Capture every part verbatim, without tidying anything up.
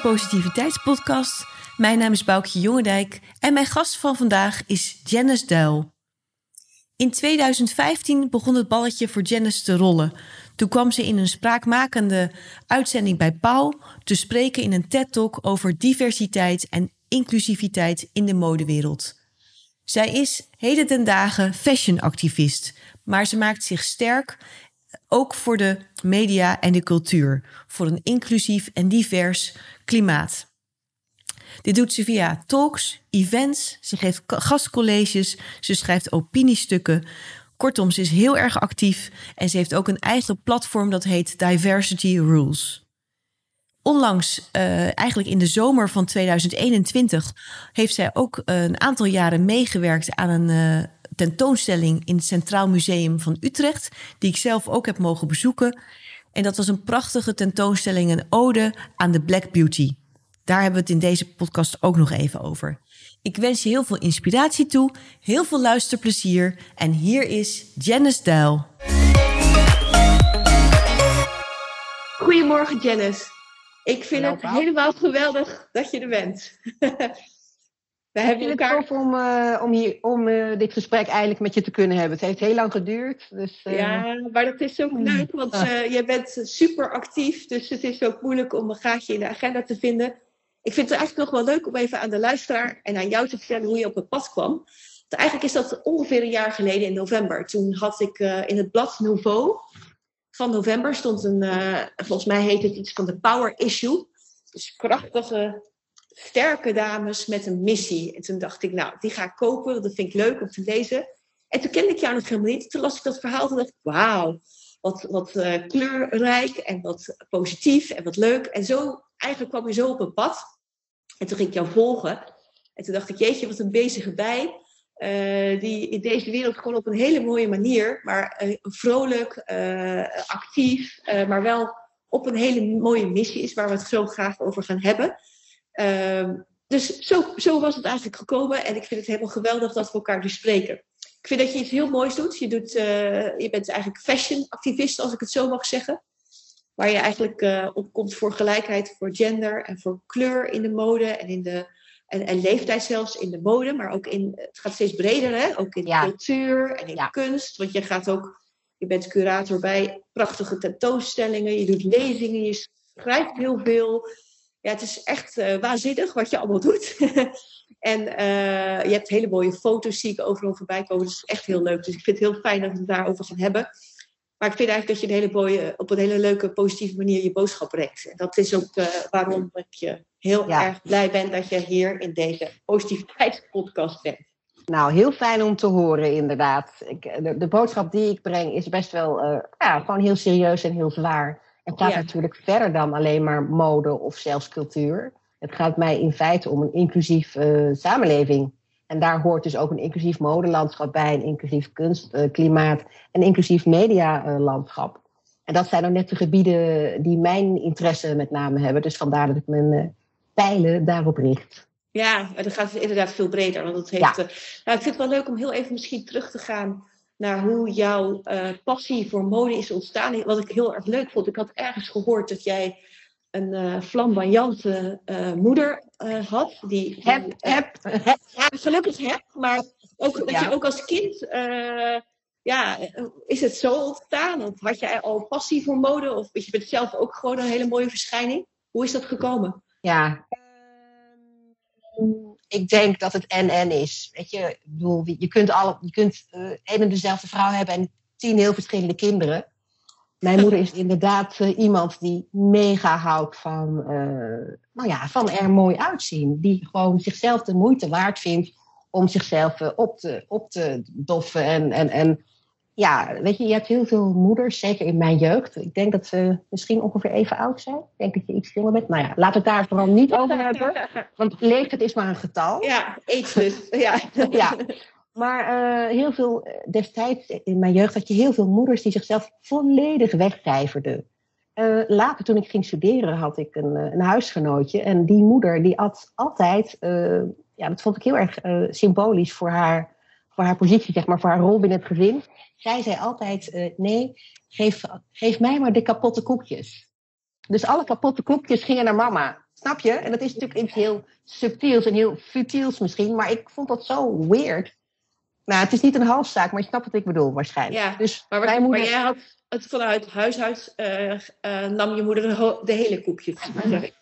Positiviteitspodcast. Mijn naam is Boukje Jongendijk en mijn gast van vandaag is Janice Duil. In tweeduizend vijftien begon het balletje voor Janice te rollen. Toen kwam ze in een spraakmakende uitzending bij Pauw te spreken in een TED-talk over diversiteit en inclusiviteit in de modewereld. Zij is heden ten dagen fashionactivist, maar ze maakt zich sterk ook voor de media en de cultuur, voor een inclusief en divers klimaat. Dit doet ze via talks, events, ze geeft gastcolleges, ze schrijft opiniestukken. Kortom, ze is heel erg actief en ze heeft ook een eigen platform dat heet Diversity Rules. Onlangs, uh, eigenlijk in de zomer van tweeduizend eenentwintig, heeft zij ook een aantal jaren meegewerkt aan een uh, tentoonstelling in het Centraal Museum van Utrecht, die ik zelf ook heb mogen bezoeken. En dat was een prachtige tentoonstelling, een ode aan de Black Beauty. Daar hebben we het in deze podcast ook nog even over. Ik wens je heel veel inspiratie toe, heel veel luisterplezier. En hier is Janice Duil. Goedemorgen, Janice. Ik vind Hallo, het Paul. helemaal geweldig dat je er bent. We Ik hebben vind elkaar... het tof om, uh, om, hier, om uh, dit gesprek eindelijk met je te kunnen hebben. Het heeft heel lang geduurd. Dus, uh... Ja, maar dat is ook leuk, want uh, jij bent super actief. Dus het is ook moeilijk om een gaatje in de agenda te vinden. Ik vind het eigenlijk nog wel leuk om even aan de luisteraar en aan jou te vertellen hoe je op het pad kwam. Want eigenlijk is dat ongeveer een jaar geleden in november. Toen had ik uh, in het blad Nouveau van november stond een, uh, volgens mij heet het iets van de Power Issue. Dus krachtige, sterke dames met een missie. En toen dacht ik, nou, die ga ik kopen. Dat vind ik leuk om te lezen. En toen kende ik jou nog helemaal niet. Toen las ik dat verhaal en dacht ik, wauw, wat, wat uh, kleurrijk en wat positief en wat leuk. En zo, eigenlijk kwam je zo op een pad. En toen ging ik jou volgen. En toen dacht ik, jeetje, wat een bezige bij. Uh, die in deze wereld gewoon op een hele mooie manier, maar uh, vrolijk, uh, actief, uh, maar wel op een hele mooie missie is waar we het zo graag over gaan hebben. Uh, dus zo, zo was het eigenlijk gekomen en ik vind het helemaal geweldig dat we elkaar dus spreken. Ik vind dat je iets heel moois doet. Je, doet, uh, je bent eigenlijk fashion-activist, als ik het zo mag zeggen. Waar je eigenlijk uh, opkomt voor gelijkheid, voor gender en voor kleur in de mode en in de En, en leeftijd zelfs in de mode, maar ook in, het gaat steeds breder, hè? Ook in Ja. cultuur en in Ja. kunst. Want je gaat ook, je bent curator bij prachtige tentoonstellingen, je doet lezingen, je schrijft heel veel. Ja, het is echt uh, waanzinnig wat je allemaal doet. en uh, je hebt hele mooie foto's, zie ik overal voorbij komen. Dat is echt heel leuk. Dus ik vind het heel fijn dat we het daarover gaan hebben. Maar ik vind eigenlijk dat je een hele mooie, op een hele leuke, positieve manier je boodschap brengt. En dat is ook uh, waarom ik je heel Ja. erg blij ben dat je hier in deze positiviteitspodcast bent. Nou, heel fijn om te horen, inderdaad. Ik, de, de boodschap die ik breng is best wel uh, ja, gewoon heel serieus en heel zwaar. Het gaat Ja. natuurlijk verder dan alleen maar mode of zelfs cultuur. Het gaat mij in feite om een inclusief uh, samenleving. En daar hoort dus ook een inclusief modelandschap bij, een inclusief kunstklimaat, uh, een inclusief medialandschap. En dat zijn nou net de gebieden die mijn interesse met name hebben. Dus vandaar dat ik mijn uh, pijlen daarop richt. Ja, maar dan gaat het inderdaad veel breder. Want het heeft, Ja. uh, nou, ik vind het wel leuk om heel even misschien terug te gaan naar hoe jouw uh, passie voor mode is ontstaan. Wat ik heel erg leuk vond. Ik had ergens gehoord dat jij een uh, flamboyante uh, moeder uh, had. Die, Heb, die, heb, uh, heb. Ja, gelukkig heb. Maar ook, dat Ja. je ook als kind... Uh, ja, is het zo ontstaan? Of had jij al passie voor mode? Of je bent zelf ook gewoon een hele mooie verschijning? Hoe is dat gekomen? Ja, ik denk dat het en-en is. Weet je, ik bedoel, je kunt, alle, je kunt uh, een en dezelfde vrouw hebben en tien heel verschillende kinderen. Mijn moeder is inderdaad uh, iemand die mega houdt van, uh, nou ja, van er mooi uitzien. Die gewoon zichzelf de moeite waard vindt om zichzelf uh, op, te, op te doffen. En, en, en ja, weet je, je hebt heel veel moeders, zeker in mijn jeugd. Ik denk dat ze misschien ongeveer even oud zijn. Ik denk dat je iets jonger bent. Nou ja, laten we het daar vooral niet over hebben. Want leeftijd is maar een getal. Ja, ageless. Ja. Ja. Maar uh, heel veel, destijds in mijn jeugd had je heel veel moeders die zichzelf volledig wegcijferden. Uh, later toen ik ging studeren had ik een, een huisgenootje. En die moeder die had altijd, uh, ja, dat vond ik heel erg uh, symbolisch voor haar, voor haar positie, zeg maar, voor haar rol binnen het gezin. Zij zei altijd, uh, nee, geef, geef mij maar de kapotte koekjes. Dus alle kapotte koekjes gingen naar mama. Snap je? En dat is natuurlijk iets heel subtiels en heel futiels misschien. Maar ik vond dat zo weird. Nou, het is niet een halfzaak, maar je snapt wat ik bedoel waarschijnlijk. Ja, Dus maar, mijn maar moeder... jij had het vanuit huishuis, uh, uh, nam je moeder de, ho- de hele koekjes. Zeg ik.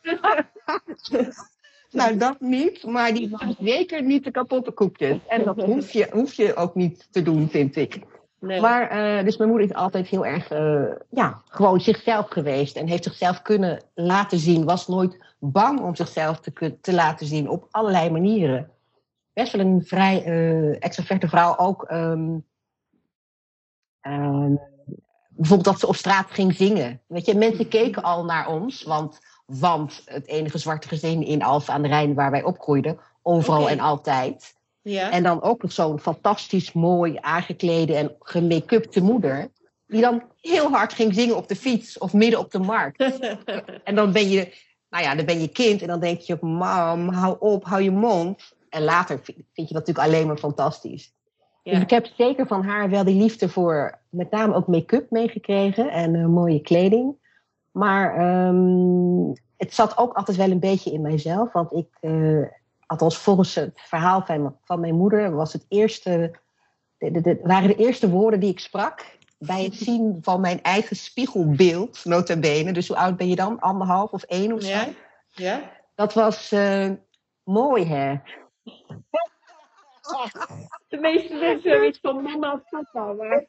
Nou, dat niet, maar die was zeker niet de kapotte koekjes. En dat hoef je, hoef je ook niet te doen, vind ik. Nee. Maar, uh, dus mijn moeder is altijd heel erg, uh, ja, gewoon zichzelf geweest. En heeft zichzelf kunnen laten zien. Was nooit bang om zichzelf te, te laten zien op allerlei manieren. Best wel een vrij uh, extraverte vrouw. Ook um, um, bijvoorbeeld dat ze op straat ging zingen. Weet je, mensen keken al naar ons, want... Want het enige zwarte gezin in Alphen aan de Rijn waar wij opgroeiden. Overal okay. en altijd. Ja. En dan ook nog zo'n fantastisch mooi aangeklede en gemake-upte moeder. Die dan heel hard ging zingen op de fiets of midden op de markt. En dan ben je, nou ja, dan ben je kind en dan denk je, mam, hou op, hou je mond. En later vind je dat natuurlijk alleen maar fantastisch. Ja. Dus ik heb zeker van haar wel die liefde voor met name ook make-up meegekregen en uh, mooie kleding. Maar um, het zat ook altijd wel een beetje in mijzelf. Want ik, uh, althans volgens het verhaal van, van mijn moeder, was het eerste, de, de, de, waren de eerste woorden die ik sprak bij het zien van mijn eigen spiegelbeeld, nota bene. Dus hoe oud ben je dan? Anderhalf of één of zo? Ja, ja. Dat was uh, mooi, hè? De meeste mensen hebben iets van mama of papa, maar...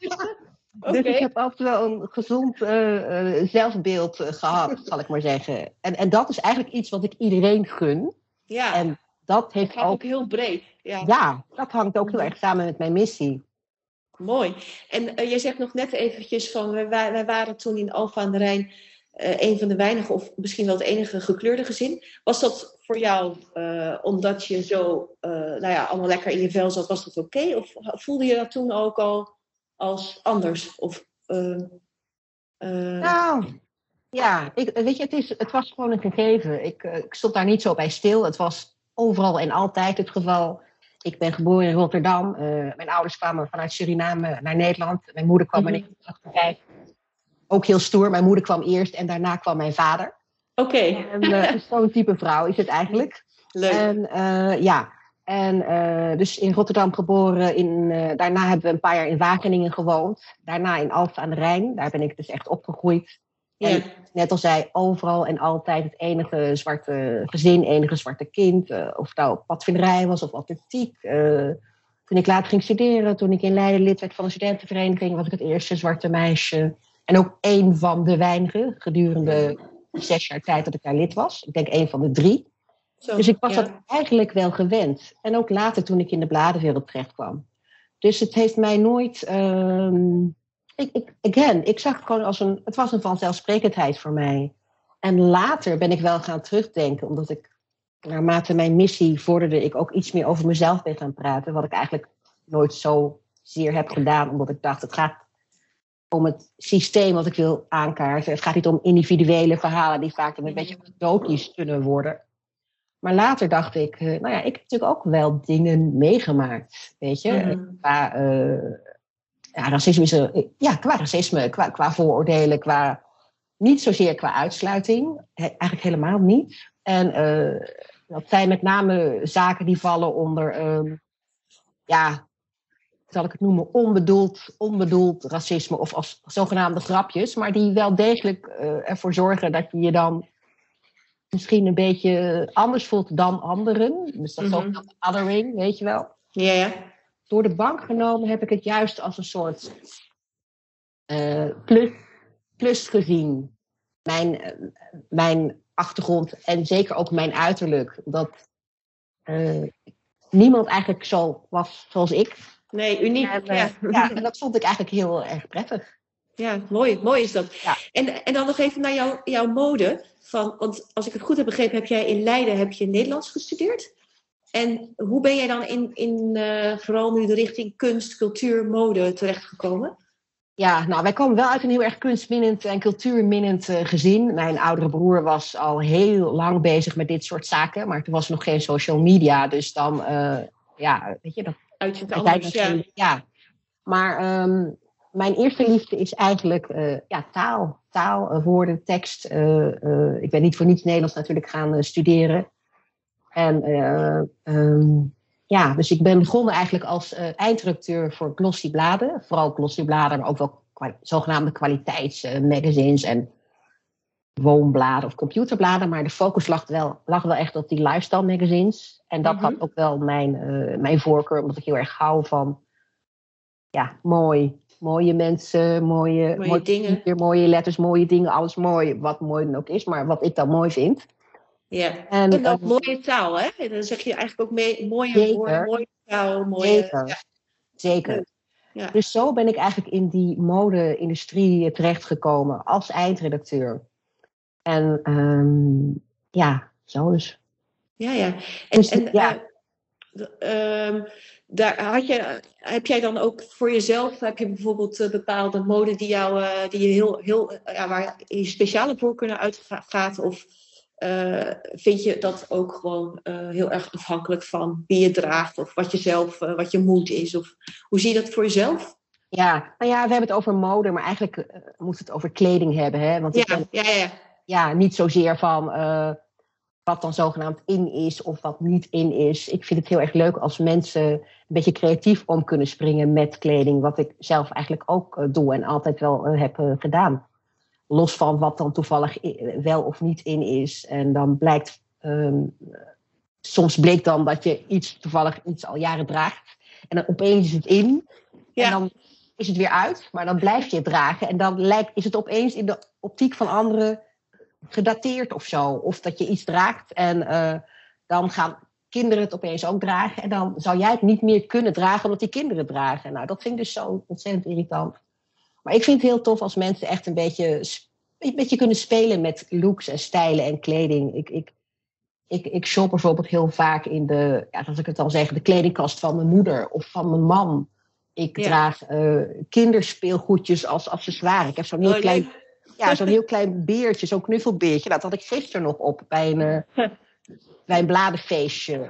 Okay. Dus ik heb altijd wel een gezond uh, uh, zelfbeeld uh, gehad, zal ik maar zeggen. En, en dat is eigenlijk iets wat ik iedereen gun. Ja, en dat heeft gaat ook, ook heel breed. Ja. ja, dat hangt ook heel erg samen met mijn missie. Mooi. En uh, jij zegt nog net eventjes van, wij, wij waren toen in Alphen aan de Rijn uh, een van de weinige, of misschien wel het enige gekleurde gezin. Was dat voor jou, uh, omdat je zo, uh, nou ja, allemaal lekker in je vel zat, was dat oké? Okay? Of voelde je dat toen ook al als anders? Of, uh, uh... Nou, ja, ik, weet je, het, is, het was gewoon een gegeven. Ik, uh, ik stond daar niet zo bij stil. Het was overal en altijd het geval. Ik ben geboren in Rotterdam. Uh, mijn ouders kwamen vanuit Suriname naar Nederland. Mijn moeder kwam mm-hmm. in negentien achtenvijftig. Ook heel stoer. Mijn moeder kwam eerst en daarna kwam mijn vader. Oké. Okay. En uh, zo'n type vrouw is het eigenlijk. Leuk. En uh, ja... En uh, dus in Rotterdam geboren. In, uh, daarna hebben we een paar jaar in Wageningen gewoond. Daarna in Alphen aan de Rijn. Daar ben ik dus echt opgegroeid. Ja. En net als zij, overal en altijd het enige zwarte gezin, enige zwarte kind. Uh, of het nou padvinderij was of atletiek. Uh, toen ik later ging studeren, toen ik in Leiden lid werd van een studentenvereniging, was ik het eerste zwarte meisje. En ook één van de weinigen gedurende zes jaar tijd dat ik daar lid was. Ik denk één van de drie. Zo, dus ik was ja. dat eigenlijk wel gewend. En ook later toen ik in de bladenwereld terecht kwam. Dus het heeft mij nooit... Um, ik, ik, again, ik zag het gewoon als een... Het was een vanzelfsprekendheid voor mij. En later ben ik wel gaan terugdenken. Omdat ik, naarmate mijn missie vorderde, ik ook iets meer over mezelf ben gaan praten. Wat ik eigenlijk nooit zo zeer heb gedaan. Omdat ik dacht, het gaat om het systeem wat ik wil aankaarten. Het gaat niet om individuele verhalen die vaak een beetje anekdotisch kunnen worden. Maar later dacht ik, uh, nou ja, ik heb natuurlijk ook wel dingen meegemaakt, weet je. Mm-hmm. Qua, uh, ja, racisme, ja, qua racisme, qua, qua vooroordelen, qua, niet zozeer qua uitsluiting, he, eigenlijk helemaal niet. En uh, dat zijn met name zaken die vallen onder, um, ja, zal ik het noemen, onbedoeld, onbedoeld racisme of als zogenaamde grapjes, maar die wel degelijk uh, ervoor zorgen dat je je dan misschien een beetje anders voelt dan anderen. Dus dat is mm-hmm. ook othering, weet je wel. Ja, ja. Door de bank genomen heb ik het juist als een soort uh, plus, plus gezien. Mijn, uh, mijn achtergrond en zeker ook mijn uiterlijk. Dat uh, niemand eigenlijk zo was zoals ik. Nee, uniek. En, uh, ja. ja, en dat vond ik eigenlijk heel erg prettig. Ja, mooi, mooi is dat. Ja. En, en dan nog even naar jou, jouw mode. Van, want als ik het goed heb begrepen, heb jij in Leiden heb je Nederlands gestudeerd. En hoe ben jij dan in, in uh, vooral nu de richting kunst, cultuur, mode terechtgekomen? Ja, nou wij komen wel uit een heel erg kunstminnend en cultuurminnend uh, gezin. Mijn oudere broer was al heel lang bezig met dit soort zaken. Maar toen was er nog geen social media. Dus dan, uh, ja, weet je... Dat, uit je anders, ja. ja. Maar... Um, mijn eerste liefde is eigenlijk uh, ja, taal. Taal, uh, woorden, tekst. Uh, uh, ik ben niet voor niets Nederlands natuurlijk gaan uh, studeren. En uh, um, ja, dus ik ben begonnen eigenlijk als uh, eindredacteur voor glossy bladen. Vooral glossy bladen, maar ook wel kwa- zogenaamde kwaliteitsmagazines uh, en woonbladen of computerbladen. Maar de focus lag wel, lag wel echt op die lifestyle magazines. En dat mm-hmm. had ook wel mijn, uh, mijn voorkeur, omdat ik heel erg hou van ja, mooi. Mooie mensen, mooie, mooie mooie dingen. Papier, mooie letters, mooie dingen, alles mooi. Wat mooi dan ook is, maar wat ik dan mooi vind. Ja, en, en ook uh, mooie taal, hè? Dan zeg je eigenlijk ook mee, mooie zeker, woorden, mooie taal, mooie... Zeker, ja. zeker. Ja. Dus zo ben ik eigenlijk in die mode-industrie terechtgekomen als eindredacteur. En um, ja, zo dus. Ja, ja. En, dus, en ja. Uh, um, daar had je, heb jij dan ook voor jezelf, heb je bijvoorbeeld uh, bepaalde mode die jou, uh, die je heel, heel, uh, ja, waar je speciale voorkeur naar uitgaat? Of uh, vind je dat ook gewoon uh, heel erg afhankelijk van wie je draagt of wat je zelf, uh, wat je moed is? Of hoe zie je dat voor jezelf? Ja, nou ja, we hebben het over mode, maar eigenlijk uh, moet het over kleding hebben, hè? Want ik ja, ben, ja, ja. ja, niet zozeer van uh, wat dan zogenaamd in is of wat niet in is. Ik vind het heel erg leuk als mensen een beetje creatief om kunnen springen met kleding. Wat ik zelf eigenlijk ook uh, doe en altijd wel uh, heb uh, gedaan. Los van wat dan toevallig wel of niet in is. En dan blijkt, um, soms bleek dan dat je iets toevallig iets al jaren draagt. En dan opeens is het in. Ja. En dan is het weer uit. Maar dan blijf je het dragen. En dan lijkt, is het opeens in de optiek van anderen gedateerd of zo. Of dat je iets draagt en uh, dan gaan kinderen het opeens ook dragen. En dan zou jij het niet meer kunnen dragen omdat die kinderen het dragen. Nou, dat vind ik dus zo ontzettend irritant. Maar ik vind het heel tof als mensen echt een beetje, een beetje kunnen spelen met looks en stijlen en kleding. Ik, ik, ik, ik shop bijvoorbeeld heel vaak in de, ja, als ik het dan zeg, de kledingkast van mijn moeder of van mijn man. Ik ja. draag uh, kinderspeelgoedjes als accessoire. Ik heb zo'n heel oh, klein... Nee. Ja, zo'n heel klein beertje, zo'n knuffelbeertje. Dat had ik gisteren nog op bij een, uh, bij een bladenfeestje.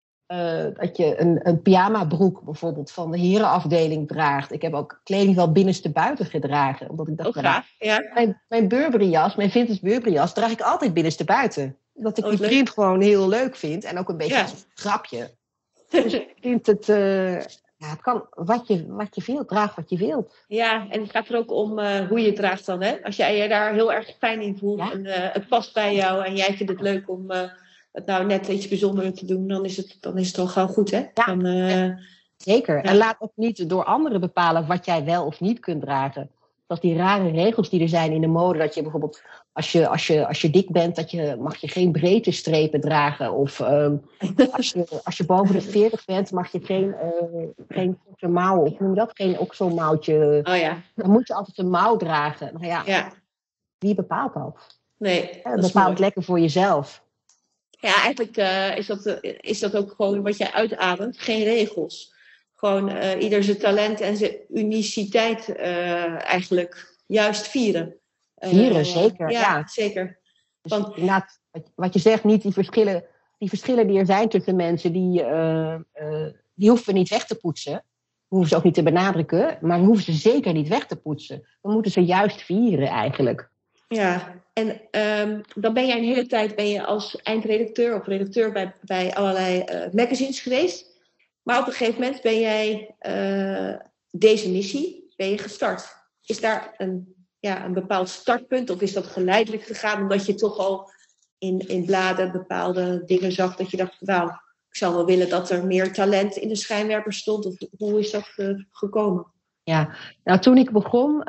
Uh, dat je een, een pyjama-broek bijvoorbeeld van de herenafdeling draagt. Ik heb ook kleding wel binnenste buiten gedragen. Omdat ik dacht, oh, graag, ja. Mijn, mijn Burberry-jas, mijn vintage Burberry-jas, draag ik altijd binnenste buiten. Omdat ik oh, die leuk. print gewoon heel leuk vind. En ook een beetje ja. een grapje. Dus ik vind het... Uh, Ja, het kan wat je, wat je wilt, draag wat je wilt. Ja, en het gaat er ook om uh, hoe je het draagt dan. Hè? Als jij je daar heel erg fijn in voelt ja? en uh, het past bij jou en jij vindt het leuk om uh, het nou net iets bijzonders te doen, dan is het, dan is het al gauw goed, hè? Ja, dan, uh, zeker. Ja. En laat ook niet door anderen bepalen wat jij wel of niet kunt dragen. Dat die rare regels die er zijn in de mode, dat je bijvoorbeeld, als je, als je, als je dik bent, dat je, mag je geen breedte strepen dragen. Of um, als, je, als je boven de veertig bent, mag je geen, uh, geen mouw, of noem je dat, geen okselmouwtje. Oh ja. Dan moet je altijd een mouw dragen. Nou ja, ja. wie bepaalt dat? Nee, ja, dat bepaalt het lekker voor jezelf. Ja, eigenlijk uh, is, dat, uh, is dat ook gewoon wat jij uitademt, geen regels. Gewoon uh, ieder zijn talent en zijn uniciteit uh, eigenlijk juist vieren. Vieren, uh, zeker. Ja, ja. zeker. Dus Want, inderdaad, wat je zegt, niet die verschillen, die verschillen die er zijn tussen mensen, die, uh, uh, die hoeven we niet weg te poetsen. We hoeven ze ook niet te benadrukken, maar we hoeven ze zeker niet weg te poetsen. We moeten ze juist vieren eigenlijk. Ja, en um, dan ben jij een hele tijd ben je als eindredacteur of redacteur bij, bij allerlei uh, magazines geweest. Maar op een gegeven moment ben jij uh, deze missie ben je gestart. Is daar een, ja, een bepaald startpunt of is dat geleidelijk gegaan omdat je toch al in, in bladen bepaalde dingen zag dat je dacht, nou, ik zou wel willen dat er meer talent in de schijnwerper stond. Of hoe is dat uh, gekomen? Ja, nou toen ik begon,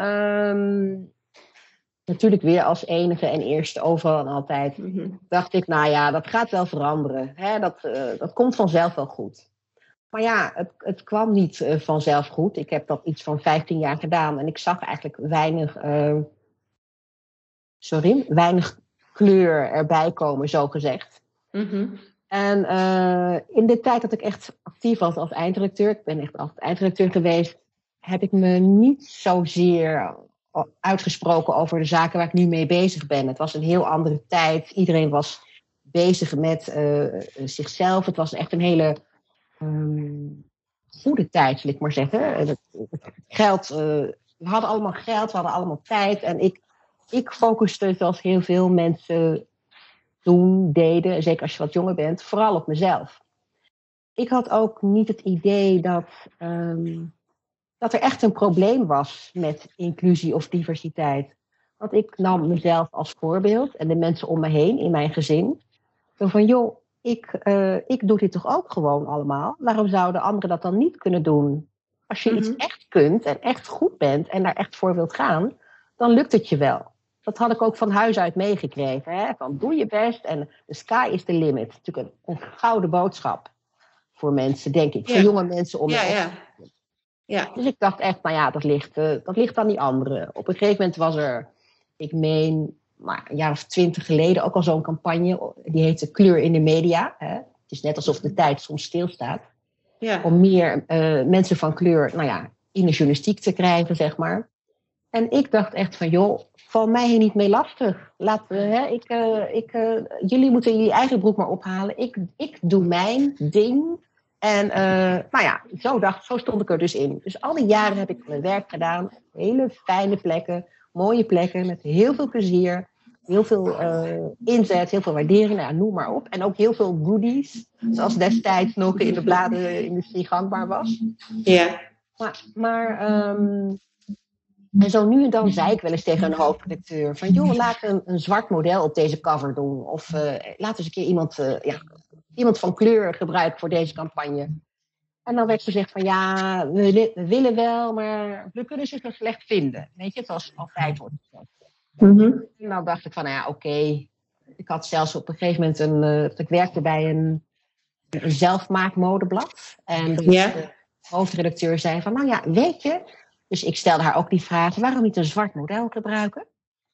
um, natuurlijk weer als enige en eerste overal en altijd, mm-hmm. dacht ik, nou ja, dat gaat wel veranderen. Hè? Dat, uh, dat komt vanzelf wel goed. Maar ja, het, het kwam niet uh, vanzelf goed. Ik heb dat iets van vijftien jaar gedaan en ik zag eigenlijk weinig, uh, sorry, weinig kleur erbij komen, zo gezegd. Mm-hmm. En uh, in de tijd dat ik echt actief was als eindredacteur, ik ben echt altijd eindredacteur geweest, heb ik me niet zozeer uitgesproken over de zaken waar ik nu mee bezig ben. Het was een heel andere tijd. Iedereen was bezig met uh, zichzelf. Het was echt een hele um, goede tijd, zal ik maar zeggen. Het, het geld uh, we hadden allemaal geld, we hadden allemaal tijd. En ik, ik focuste, zoals heel veel mensen toen deden, zeker als je wat jonger bent, vooral op mezelf. Ik had ook niet het idee dat, um, dat er echt een probleem was met inclusie of diversiteit. Want ik nam mezelf als voorbeeld en de mensen om me heen in mijn gezin. Zo van, joh, ik, uh, ik doe dit toch ook gewoon allemaal? Waarom zouden anderen dat dan niet kunnen doen? Als je mm-hmm. iets echt kunt en echt goed bent en daar echt voor wilt gaan, dan lukt het je wel. Dat had ik ook van huis uit meegekregen. Hè? Van doe je best en the sky is the limit. Natuurlijk een, een gouden boodschap voor mensen, denk ik. Ja. Voor jonge mensen om ja, ja. Ja. Dus ik dacht echt, nou ja, dat ligt, uh, dat ligt aan die anderen. Op een gegeven moment was er, ik meen, maar een jaar of twintig geleden ook al zo'n campagne. Die heette Kleur in de Media. Hè? Het is net alsof de tijd soms stilstaat. Ja. Om meer uh, mensen van kleur, nou ja, in de journalistiek te krijgen, zeg maar. En ik dacht echt van, joh, val mij hier niet mee lastig. Laat, uh, hè, ik, uh, ik, uh, jullie moeten jullie eigen broek maar ophalen. Ik, ik doe mijn ding. En uh, nou ja, zo, dacht, zo stond ik er dus in. Dus al die jaren heb ik mijn werk gedaan. Hele fijne plekken, mooie plekken, met heel veel plezier. Heel veel uh, inzet, heel veel waardering, nou, noem maar op. En ook heel veel goodies, zoals destijds nog in de bladenindustrie gangbaar was. Ja. Maar, maar um, en zo nu en dan zei ik wel eens tegen een hoofdredacteur van, joh, laat een, een zwart model op deze cover doen. Of uh, laat eens een keer iemand, uh, ja, iemand van kleur gebruiken voor deze campagne. En dan werd gezegd van, ja, we, we willen wel, maar we kunnen zich nog slecht vinden. Weet je, zoals altijd wordt gezegd. Mm-hmm. En dan dacht ik van, nou ja, oké. Okay. Ik had zelfs op een gegeven moment een, uh, ik werkte bij een, een zelfmaakmodeblad. En de, ja. de hoofdredacteur zei van, nou ja, weet je. Dus ik stelde haar ook die vraag, waarom niet een zwart model gebruiken?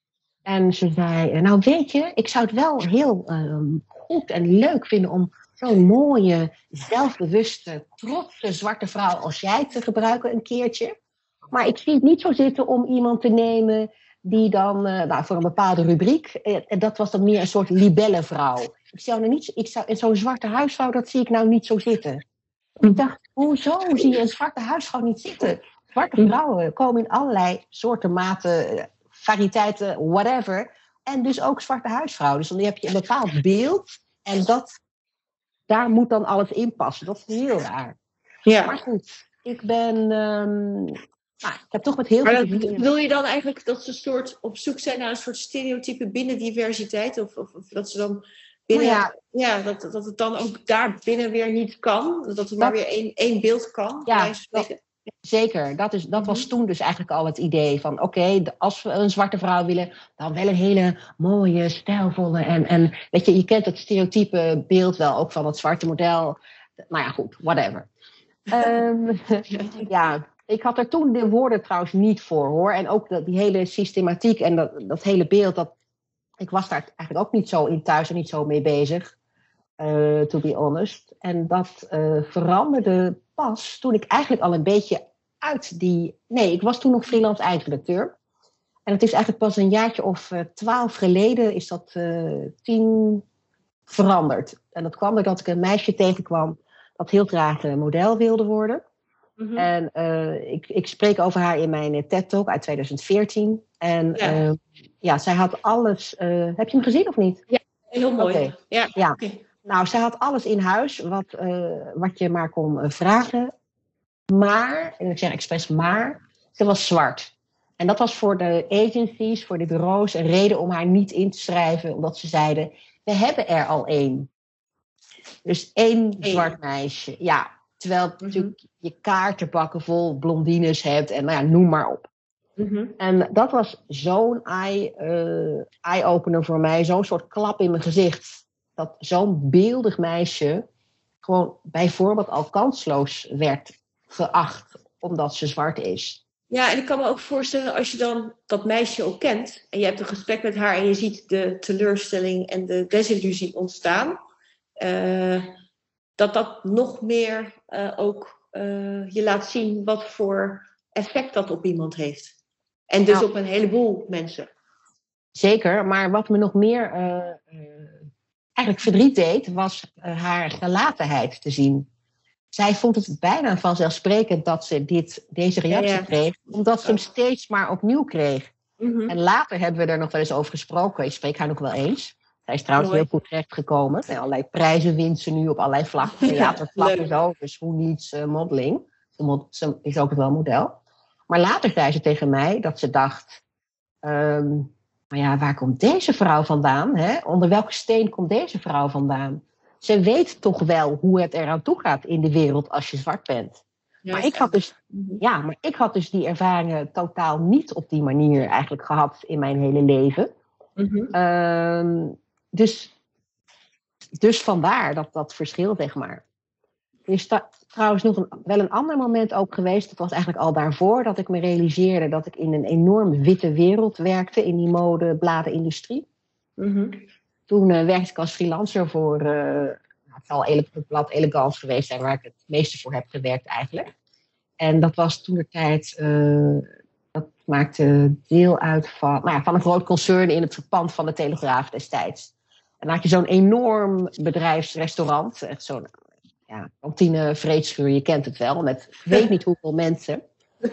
En ze zei, nou weet je, ik zou het wel heel uh, goed en leuk vinden om zo'n mooie, zelfbewuste, trotse zwarte vrouw als jij te gebruiken een keertje. Maar ik zie het niet zo zitten om iemand te nemen die dan, uh, nou, voor een bepaalde rubriek, en uh, dat was dan meer een soort libellenvrouw. Ik zou nou niet, ik zou, zo'n zwarte huisvrouw, dat zie ik nou niet zo zitten. Ik dacht, hoezo zie je een zwarte huisvrouw niet zitten? Zwarte vrouwen komen in allerlei soorten, maten, variteiten, whatever. En dus ook zwarte huisvrouwen. Dus dan heb je een bepaald beeld en dat, daar moet dan alles in passen. Dat is heel raar. Ja. Maar goed, ik ben... Um, nou, ik heb toch met heel maar veel... Dat, wil je dan eigenlijk dat ze soort op zoek zijn naar een soort stereotype binnen diversiteit? Of, of, of dat ze dan binnen... Nou ja, ja dat, dat het dan ook daar binnen weer niet kan? Dat het maar weer één, één beeld kan? Ja, dat, zeker. Dat, is, dat mm-hmm. was toen dus eigenlijk al het idee van... oké, okay, als we een zwarte vrouw willen... dan wel een hele mooie, stijlvolle... en, en weet je, je kent het stereotype beeld wel ook van het zwarte model. Nou ja, goed, whatever. um, ja... Ik had er toen de woorden trouwens niet voor, hoor. En ook dat, die hele systematiek en dat, dat hele beeld... Dat, ik was daar eigenlijk ook niet zo in thuis en niet zo mee bezig. Uh, to be honest. En dat uh, veranderde pas toen ik eigenlijk al een beetje uit die... Nee, ik was toen nog freelance eindredacteur. En het is eigenlijk pas een jaartje of uh, twaalf geleden... is dat uh, tien veranderd. En dat kwam doordat ik een meisje tegenkwam... dat heel graag uh, model wilde worden... Mm-hmm. En uh, ik, ik spreek over haar in mijn TED-talk uit twintig veertien. En ja, uh, ja zij had alles... Uh, heb je hem gezien of niet? Ja, heel mooi. Okay. Ja, ja. Okay. Nou, zij had alles in huis wat, uh, wat je maar kon uh, vragen. Maar, en ik zeg expres maar, ze was zwart. En dat was voor de agencies, voor de bureaus... een reden om haar niet in te schrijven. Omdat ze zeiden, we hebben er al één. Dus één Eén. zwart meisje, ja... Terwijl mm-hmm. natuurlijk je kaartenbakken vol blondines hebt en nou ja, noem maar op. Mm-hmm. En dat was zo'n eye, uh, eye-opener voor mij, zo'n soort klap in mijn gezicht. Dat zo'n beeldig meisje gewoon bijvoorbeeld al kansloos werd geacht omdat ze zwart is. Ja, en ik kan me ook voorstellen als je dan dat meisje ook kent en je hebt een gesprek met haar en je ziet de teleurstelling en de desillusie ontstaan... Uh, dat dat nog meer uh, ook uh, je laat zien wat voor effect dat op iemand heeft. En dus nou, op een heleboel mensen. Zeker, maar wat me nog meer uh, uh, eigenlijk verdriet deed... was uh, haar gelatenheid te zien. zij vond het bijna vanzelfsprekend dat ze dit, deze reactie ja, ja. kreeg, omdat ze hem steeds maar opnieuw kreeg. Mm-hmm. En later hebben we er nog wel eens over gesproken. Ik spreek haar nog wel eens. Zij is trouwens Mooi. heel goed terechtgekomen. En allerlei prijzen wint ze nu op allerlei vlakken. Theatervlak en zo. Dus hoe niet uh, modeling. Ze is ook wel model. Maar later zei ze tegen mij dat ze dacht... Um, nou ja, waar komt deze vrouw vandaan? Hè? Onder welke steen komt deze vrouw vandaan? Ze weet toch wel hoe het eraan toe gaat in de wereld als je zwart bent. Ja, maar, ik had dus, ja, maar ik had dus die ervaringen totaal niet op die manier eigenlijk gehad in mijn hele leven. Mm-hmm. Um, dus, dus vandaar dat, dat verschil, zeg maar. Er is ta- trouwens nog een, wel een ander moment ook geweest. Dat was eigenlijk al daarvoor dat ik me realiseerde dat ik in een enorm witte wereld werkte in die modebladenindustrie. Mm-hmm. Toen uh, werkte ik als freelancer voor, uh, het zal het blad Elegance geweest zijn waar ik het meeste voor heb gewerkt eigenlijk. En dat was toen de tijd, uh, dat maakte deel uit van, nou ja, van een groot concern in het pand van de Telegraaf destijds. En dan had je zo'n enorm bedrijfsrestaurant, echt zo'n ja, kantine, vreedschuur, je kent het wel, met ik weet niet hoeveel mensen.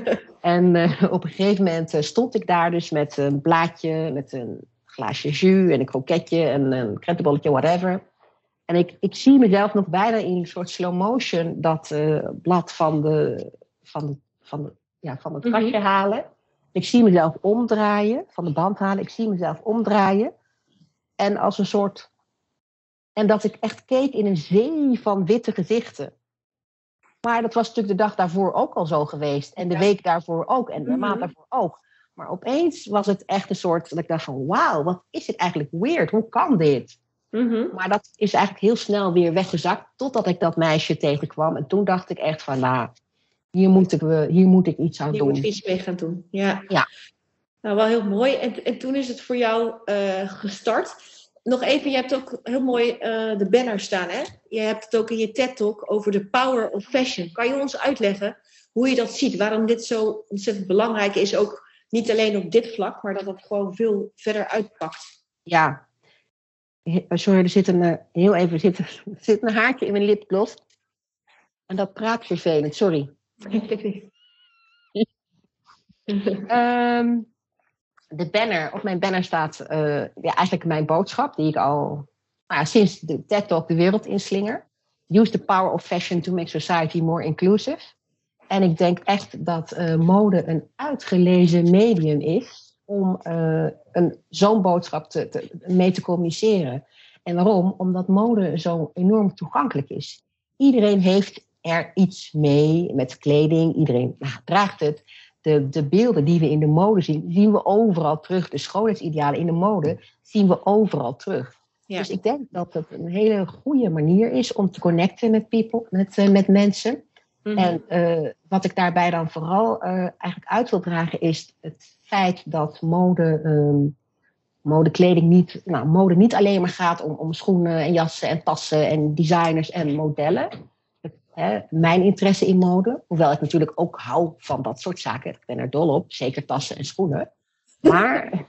En uh, op een gegeven moment uh, stond ik daar dus met een blaadje, met een glaasje jus en een kroketje en een krentenbolletje, whatever. En ik, ik zie mezelf nog bijna in een soort slow motion dat uh, blad van, de, van, de, van, de, ja, van het kastje mm-hmm. halen. Ik zie mezelf omdraaien, van de band halen. Ik zie mezelf omdraaien. En als een soort... En dat ik echt keek in een zee van witte gezichten. Maar dat was natuurlijk de dag daarvoor ook al zo geweest. En de ja. week daarvoor ook. En de mm-hmm. maand daarvoor ook. Maar opeens was het echt een soort... dat ik dacht van, wauw, wat is het eigenlijk weird? Hoe kan dit? Mm-hmm. Maar dat is eigenlijk heel snel weer weggezakt. Totdat ik dat meisje tegenkwam. En toen dacht ik echt van, nou, hier moet ik, hier moet ik iets aan hier doen. Hier moet iets mee gaan doen, ja. ja. Nou, wel heel mooi. En, en toen is het voor jou uh, gestart. Nog even, je hebt ook heel mooi uh, de banner staan, hè? Je hebt het ook in je TED-talk over de power of fashion. Kan je ons uitleggen hoe je dat ziet? Waarom dit zo ontzettend belangrijk is, ook niet alleen op dit vlak, maar dat het gewoon veel verder uitpakt. Ja. Sorry, er zit een, uh, heel even, er zit, er zit een haartje in mijn lipgloss. En dat praat vervelend, sorry. um, de banner, op mijn banner staat uh, ja, eigenlijk mijn boodschap, die ik al nou ja, sinds de TED-talk de wereld inslinger. Use the power of fashion to make society more inclusive. En ik denk echt dat uh, mode een uitgelezen medium is om uh, een, zo'n boodschap te, te, mee te communiceren. En waarom? Omdat mode zo enorm toegankelijk is. Iedereen heeft er iets mee met kleding. Iedereen nou, draagt het. De, de beelden die we in de mode zien, zien we overal terug. De schoonheidsidealen in de mode zien we overal terug. Ja. Dus ik denk dat het een hele goede manier is om te connecten met people, met, uh, met mensen. Mm-hmm. En uh, wat ik daarbij dan vooral uh, eigenlijk uit wil dragen is het feit dat mode, um, modekleding niet, nou, mode niet alleen maar gaat om, om schoenen en jassen en tassen en designers en modellen. Het, hè, mijn interesse in mode, hoewel ik natuurlijk ook hou van dat soort zaken. Ik ben er dol op, zeker tassen en schoenen. Maar...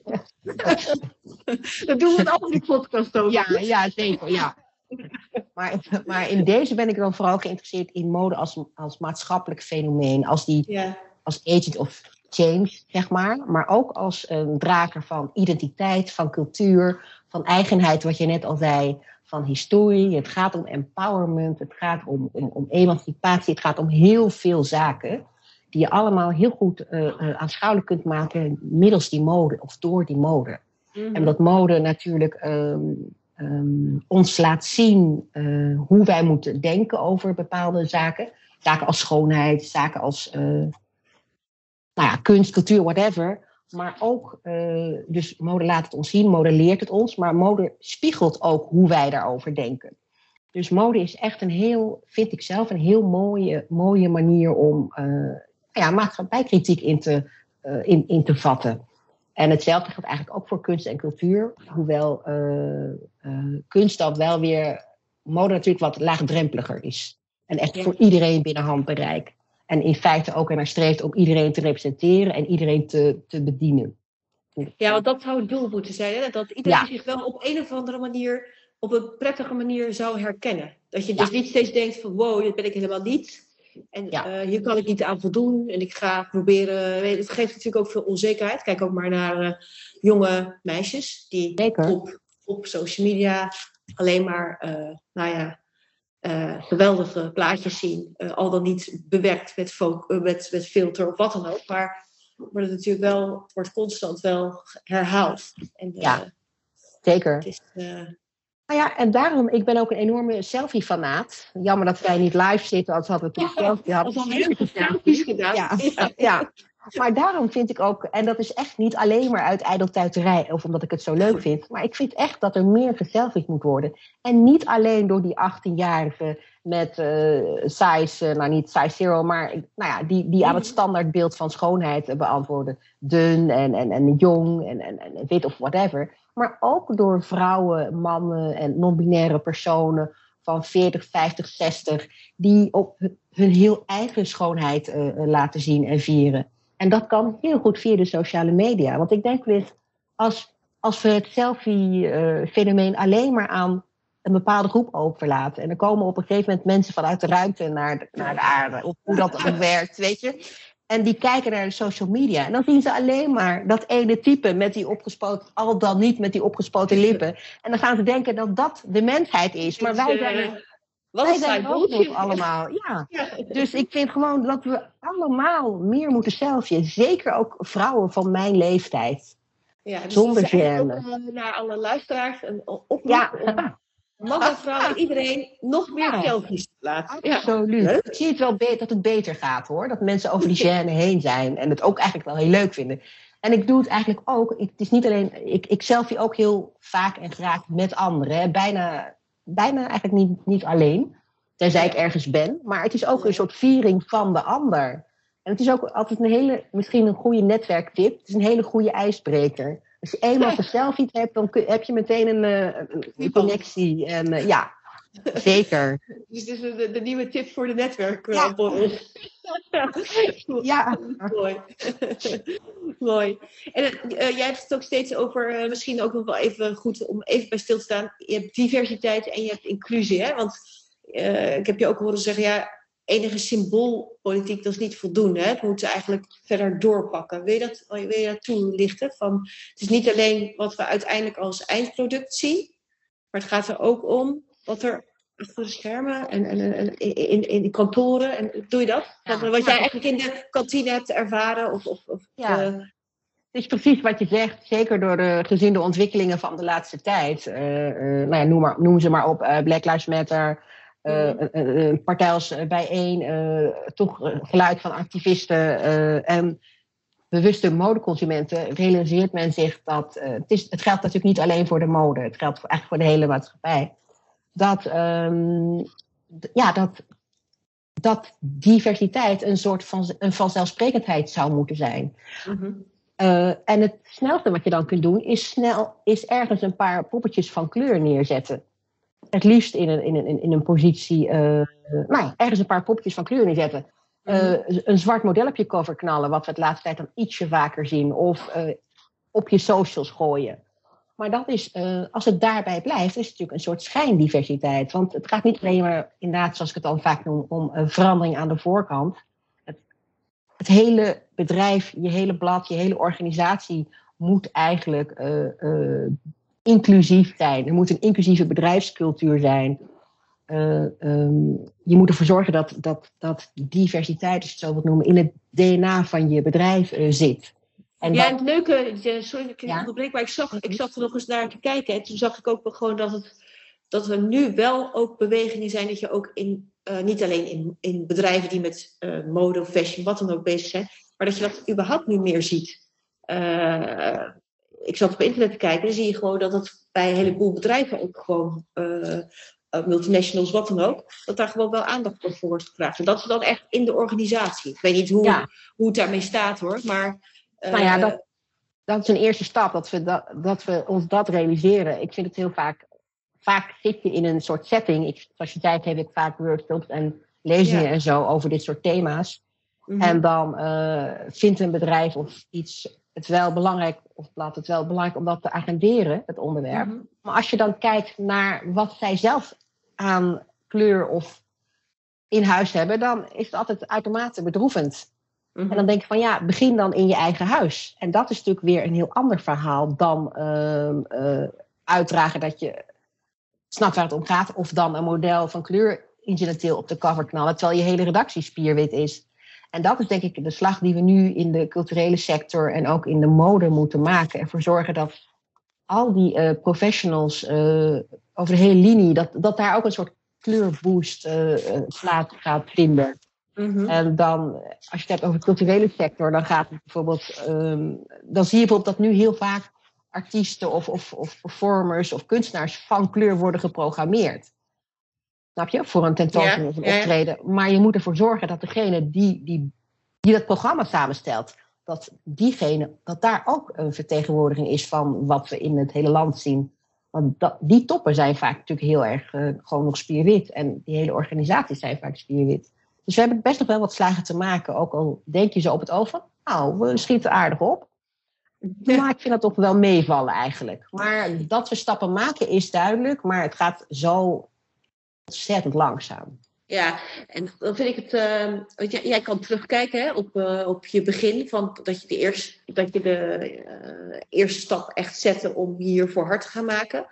dat doen we in andere podcast over. Ja, ja, zeker, ja. Maar, maar in deze ben ik dan vooral geïnteresseerd in mode als, als maatschappelijk fenomeen. Als, die, ja. als agent of change, zeg maar. Maar ook als een drager van identiteit, van cultuur, van eigenheid, wat je net al zei. Van historie. Het gaat om empowerment. Het gaat om, om, om emancipatie. Het gaat om heel veel zaken. Die je allemaal heel goed uh, uh, aanschouwelijk kunt maken middels die mode of door die mode. Mm-hmm. En dat mode natuurlijk... Um, Um, ons laat zien uh, hoe wij moeten denken over bepaalde zaken. Zaken als schoonheid, zaken als uh, nou ja, kunst, cultuur, whatever. Maar ook, uh, dus mode laat het ons zien, mode leert het ons. Maar mode spiegelt ook hoe wij daarover denken. Dus mode is echt een heel, vind ik zelf, een heel mooie, mooie manier om uh, ja, maatschappijkritiek in te, uh, in, in te vatten. En hetzelfde geldt eigenlijk ook voor kunst en cultuur. Hoewel uh, uh, kunst dan wel weer, mode natuurlijk wat laagdrempeliger is. En echt ja. voor iedereen binnen handbereik. En in feite ook ernaar streeft om iedereen te representeren en iedereen te, te bedienen. Ja, want dat zou het doel moeten zijn. Hè? Dat iedereen ja. zich wel op een of andere manier op een prettige manier zou herkennen. Dat je Ja. dus niet steeds denkt van wow, dit ben ik helemaal niet. En Ja. uh, hier kan ik niet aan voldoen. En ik ga proberen... Weet, het geeft natuurlijk ook veel onzekerheid. Kijk ook maar naar uh, jonge meisjes die op, op social media alleen maar, uh, nou ja, uh, geweldige plaatjes zien. Uh, al dan niet bewerkt met, fo- uh, met, met filter of wat dan ook. Maar wordt het natuurlijk wel, wordt constant wel herhaald. En, uh, ja, zeker. Het is, uh, Nou ja, en daarom, ik ben ook een enorme selfie-fanaat. Jammer dat wij niet live zitten, anders hadden we natuurlijk selfie. Als we heerlijke selfies gedaan. Ja, ja. ja. Maar daarom vind ik ook, en dat is echt niet alleen maar uit ijdeltuiterij, of omdat ik het zo leuk vind, maar ik vind echt dat er meer geselfied moet worden. En niet alleen door die achttienjarige met uh, size, uh, nou niet size zero, maar nou ja, die, die aan het standaardbeeld van schoonheid uh, beantwoorden. Dun en, en, en jong en, en, en wit of whatever. Maar ook door vrouwen, mannen en non-binaire personen van veertig, vijftig, zestig... die op hun heel eigen schoonheid uh, laten zien en vieren. En dat kan heel goed via de sociale media. Want ik denk wel eens, als, als we het selfie-fenomeen uh, alleen maar aan een bepaalde groep overlaten... en er komen op een gegeven moment mensen vanuit de ruimte naar de, naar de aarde... of hoe dat ook werkt, weet je... En die kijken naar de social media. En dan zien ze alleen maar dat ene type met die opgespoten, al dan niet met die opgespoten lippen. En dan gaan ze denken dat dat de mensheid is. Maar wij zijn, wij zijn ook nog allemaal. Ja. Dus ik vind gewoon dat we allemaal meer moeten selfieën. Zeker ook vrouwen van mijn leeftijd. Ja, dus zonder gêne. Ook naar alle luisteraars een oproep. Ja. Mannen, vrouwen, iedereen nog meer ja. selfies plaatsen. Absoluut. Ja. Ik zie het wel be- dat het beter gaat hoor. Dat mensen over die gêne heen zijn. En het ook eigenlijk wel heel leuk vinden. En ik doe het eigenlijk ook. Ik, het is niet alleen, ik, ik selfie ook heel vaak en graag met anderen. Hè. Bijna, bijna eigenlijk niet, niet alleen. Tenzij ik ergens ben. Maar het is ook een soort viering van de ander. En het is ook altijd een hele, misschien een goede netwerktip. Het is een hele goede ijsbreker. Als je eenmaal geselfied hebt, dan kun, heb je meteen een, een, een connectie. En uh, ja, zeker. Dus dit is de, de nieuwe tip voor de netwerkborrel. Ja. ja. Mooi. Mooi. En uh, jij hebt het ook steeds over, uh, misschien ook nog wel even goed om even bij stil te staan. Je hebt diversiteit en je hebt inclusie. Hè? Want uh, ik heb je ook horen zeggen, ja, enige symboolpolitiek, dat is niet voldoende. Hè? Het moet eigenlijk verder doorpakken. Wil je dat, wil je dat toelichten? Van, het is niet alleen wat we uiteindelijk als eindproduct zien, maar het gaat er ook om wat er achter de schermen en, en, en in, in, in die kantoren. En, doe je dat? Ja, wat, wat jij eigenlijk in de kantine hebt ervaren? Of, of, of ja. uh... Het is precies wat je zegt, zeker door de, gezien de ontwikkelingen van de laatste tijd. Uh, uh, nou ja, noem, maar, noem ze maar op, uh, Black Lives Matter. Uh, een, een partij als bijeen, uh, toch geluid van activisten uh, en bewuste modeconsumenten, realiseert men zich dat, uh, het, is, het geldt natuurlijk niet alleen voor de mode, het geldt voor, eigenlijk voor de hele maatschappij, dat, um, d- ja, dat, dat diversiteit een soort van een vanzelfsprekendheid zou moeten zijn. Mm-hmm. Uh, en het snelste wat je dan kunt doen, is, snel, is ergens een paar poppetjes van kleur neerzetten. Het liefst in een, in een, in een positie, uh, nou ja, ergens een paar poppetjes van kleur neerzetten. Uh, mm-hmm. Een zwart model op je cover knallen, wat we de laatste tijd dan ietsje vaker zien. Of uh, op je socials gooien. Maar dat is, uh, als het daarbij blijft, is het natuurlijk een soort schijndiversiteit. Want het gaat niet alleen maar, inderdaad, zoals ik het al vaak noem, om een verandering aan de voorkant. Het, het hele bedrijf, je hele blad, je hele organisatie moet eigenlijk Uh, uh, inclusief zijn. Er moet een inclusieve bedrijfscultuur zijn. Uh, um, je moet ervoor zorgen dat, dat, dat diversiteit, als je het zo wilt noemen, in het D N A van je bedrijf uh, zit. En ja, dat... en het leuke, sorry ik ja? onderbreek, maar ik, zag, ik zat er nog eens naar te kijken. En toen zag ik ook gewoon dat, het, dat er nu wel ook bewegingen zijn dat je ook in, uh, niet alleen in, in bedrijven die met uh, mode, fashion, wat dan ook bezig zijn, maar dat je dat überhaupt nu meer ziet. Uh, Ik zat op internet te kijken en dan zie je gewoon dat het bij een heleboel bedrijven ook gewoon, uh, multinationals, wat dan ook, dat daar gewoon wel aandacht voor wordt gevraagd. En dat is dan echt in de organisatie. Ik weet niet hoe, ja. hoe het daarmee staat hoor, maar... Uh, nou ja, dat, dat is een eerste stap, dat we, dat, dat we ons dat realiseren. Ik vind het heel vaak, vaak zit je in een soort setting. Ik, zoals je zei, heb ik vaak workshops en lezingen ja. en zo over dit soort thema's. Mm-hmm. En dan uh, vindt een bedrijf of iets het wel belangrijk, of laat het wel belangrijk om dat te agenderen, het onderwerp. Mm-hmm. Maar als je dan kijkt naar wat zij zelf aan kleur of in huis hebben, dan is het altijd uitermate bedroevend. Mm-hmm. En dan denk je van ja, begin dan in je eigen huis. En dat is natuurlijk weer een heel ander verhaal dan uh, uh, uitdragen dat je snapt waar het om gaat. Of dan een model van kleur incidenteel op de cover knallen, terwijl je hele redactie spierwit is. En dat is denk ik de slag die we nu in de culturele sector en ook in de mode moeten maken. Ervoor zorgen dat al die uh, professionals uh, over de hele linie, dat, dat daar ook een soort kleurboost uh, plaats gaat vinden. Mm-hmm. En dan, als je het hebt over de culturele sector, dan gaat het bijvoorbeeld, um, dan zie je bijvoorbeeld dat nu heel vaak artiesten of, of, of performers of kunstenaars van kleur worden geprogrammeerd. Snap je? Voor een tentoonstelling of een optreden. Maar je moet ervoor zorgen dat degene die, die, die dat programma samenstelt, dat diegene, dat daar ook een vertegenwoordiging is van wat we in het hele land zien. Want dat, die toppen zijn vaak natuurlijk heel erg uh, gewoon nog spierwit. En die hele organisaties zijn vaak spierwit. Dus we hebben best nog wel wat slagen te maken. Ook al denk je zo op het oog van, nou, we schieten aardig op. Ja. Maar ik vind dat toch wel meevallen eigenlijk. Maar dat we stappen maken is duidelijk. Maar het gaat zo ontzettend langzaam. Ja, en dan vind ik het... Uh, want jij, jij kan terugkijken hè, op, uh, op je begin. Van dat je de, eerst, dat je de uh, eerste stap echt zette om hiervoor hard te gaan maken.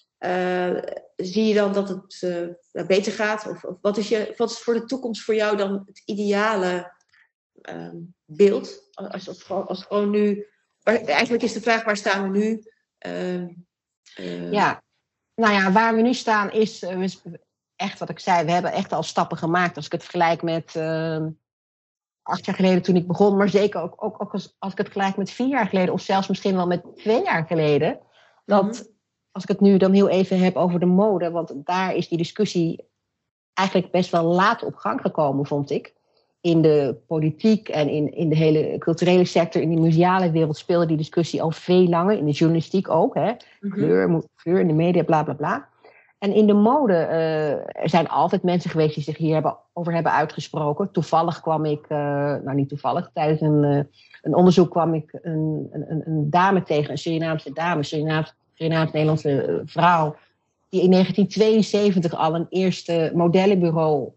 Uh, zie je dan dat het uh, beter gaat? Of, of wat, is je, wat is voor de toekomst voor jou dan het ideale uh, beeld? Als, als, als, als gewoon nu... Eigenlijk is de vraag, waar staan we nu? Uh, uh... Ja, nou ja, waar we nu staan is uh, echt wat ik zei. We hebben echt al stappen gemaakt. Als ik het vergelijk met uh, acht jaar geleden toen ik begon. Maar zeker ook, ook, ook als, als ik het vergelijk met vier jaar geleden. Of zelfs misschien wel met twee jaar geleden. Dat, mm-hmm. Als ik het nu dan heel even heb over de mode. Want daar is die discussie eigenlijk best wel laat op gang gekomen, vond ik. In de politiek en in, in de hele culturele sector, in de museale wereld speelde die discussie al veel langer. In de journalistiek ook, hè. Mm-hmm. Kleur, kleur in de media, bla bla bla. En in de mode, uh, er zijn altijd mensen geweest die zich hier hebben, over hebben uitgesproken. Toevallig kwam ik, uh, nou niet toevallig, tijdens een, uh, een onderzoek kwam ik een, een, een dame tegen, een Surinaamse dame, Surinaams, Surinaams-Nederlandse vrouw, die in negentien tweeënzeventig al een eerste modellenbureau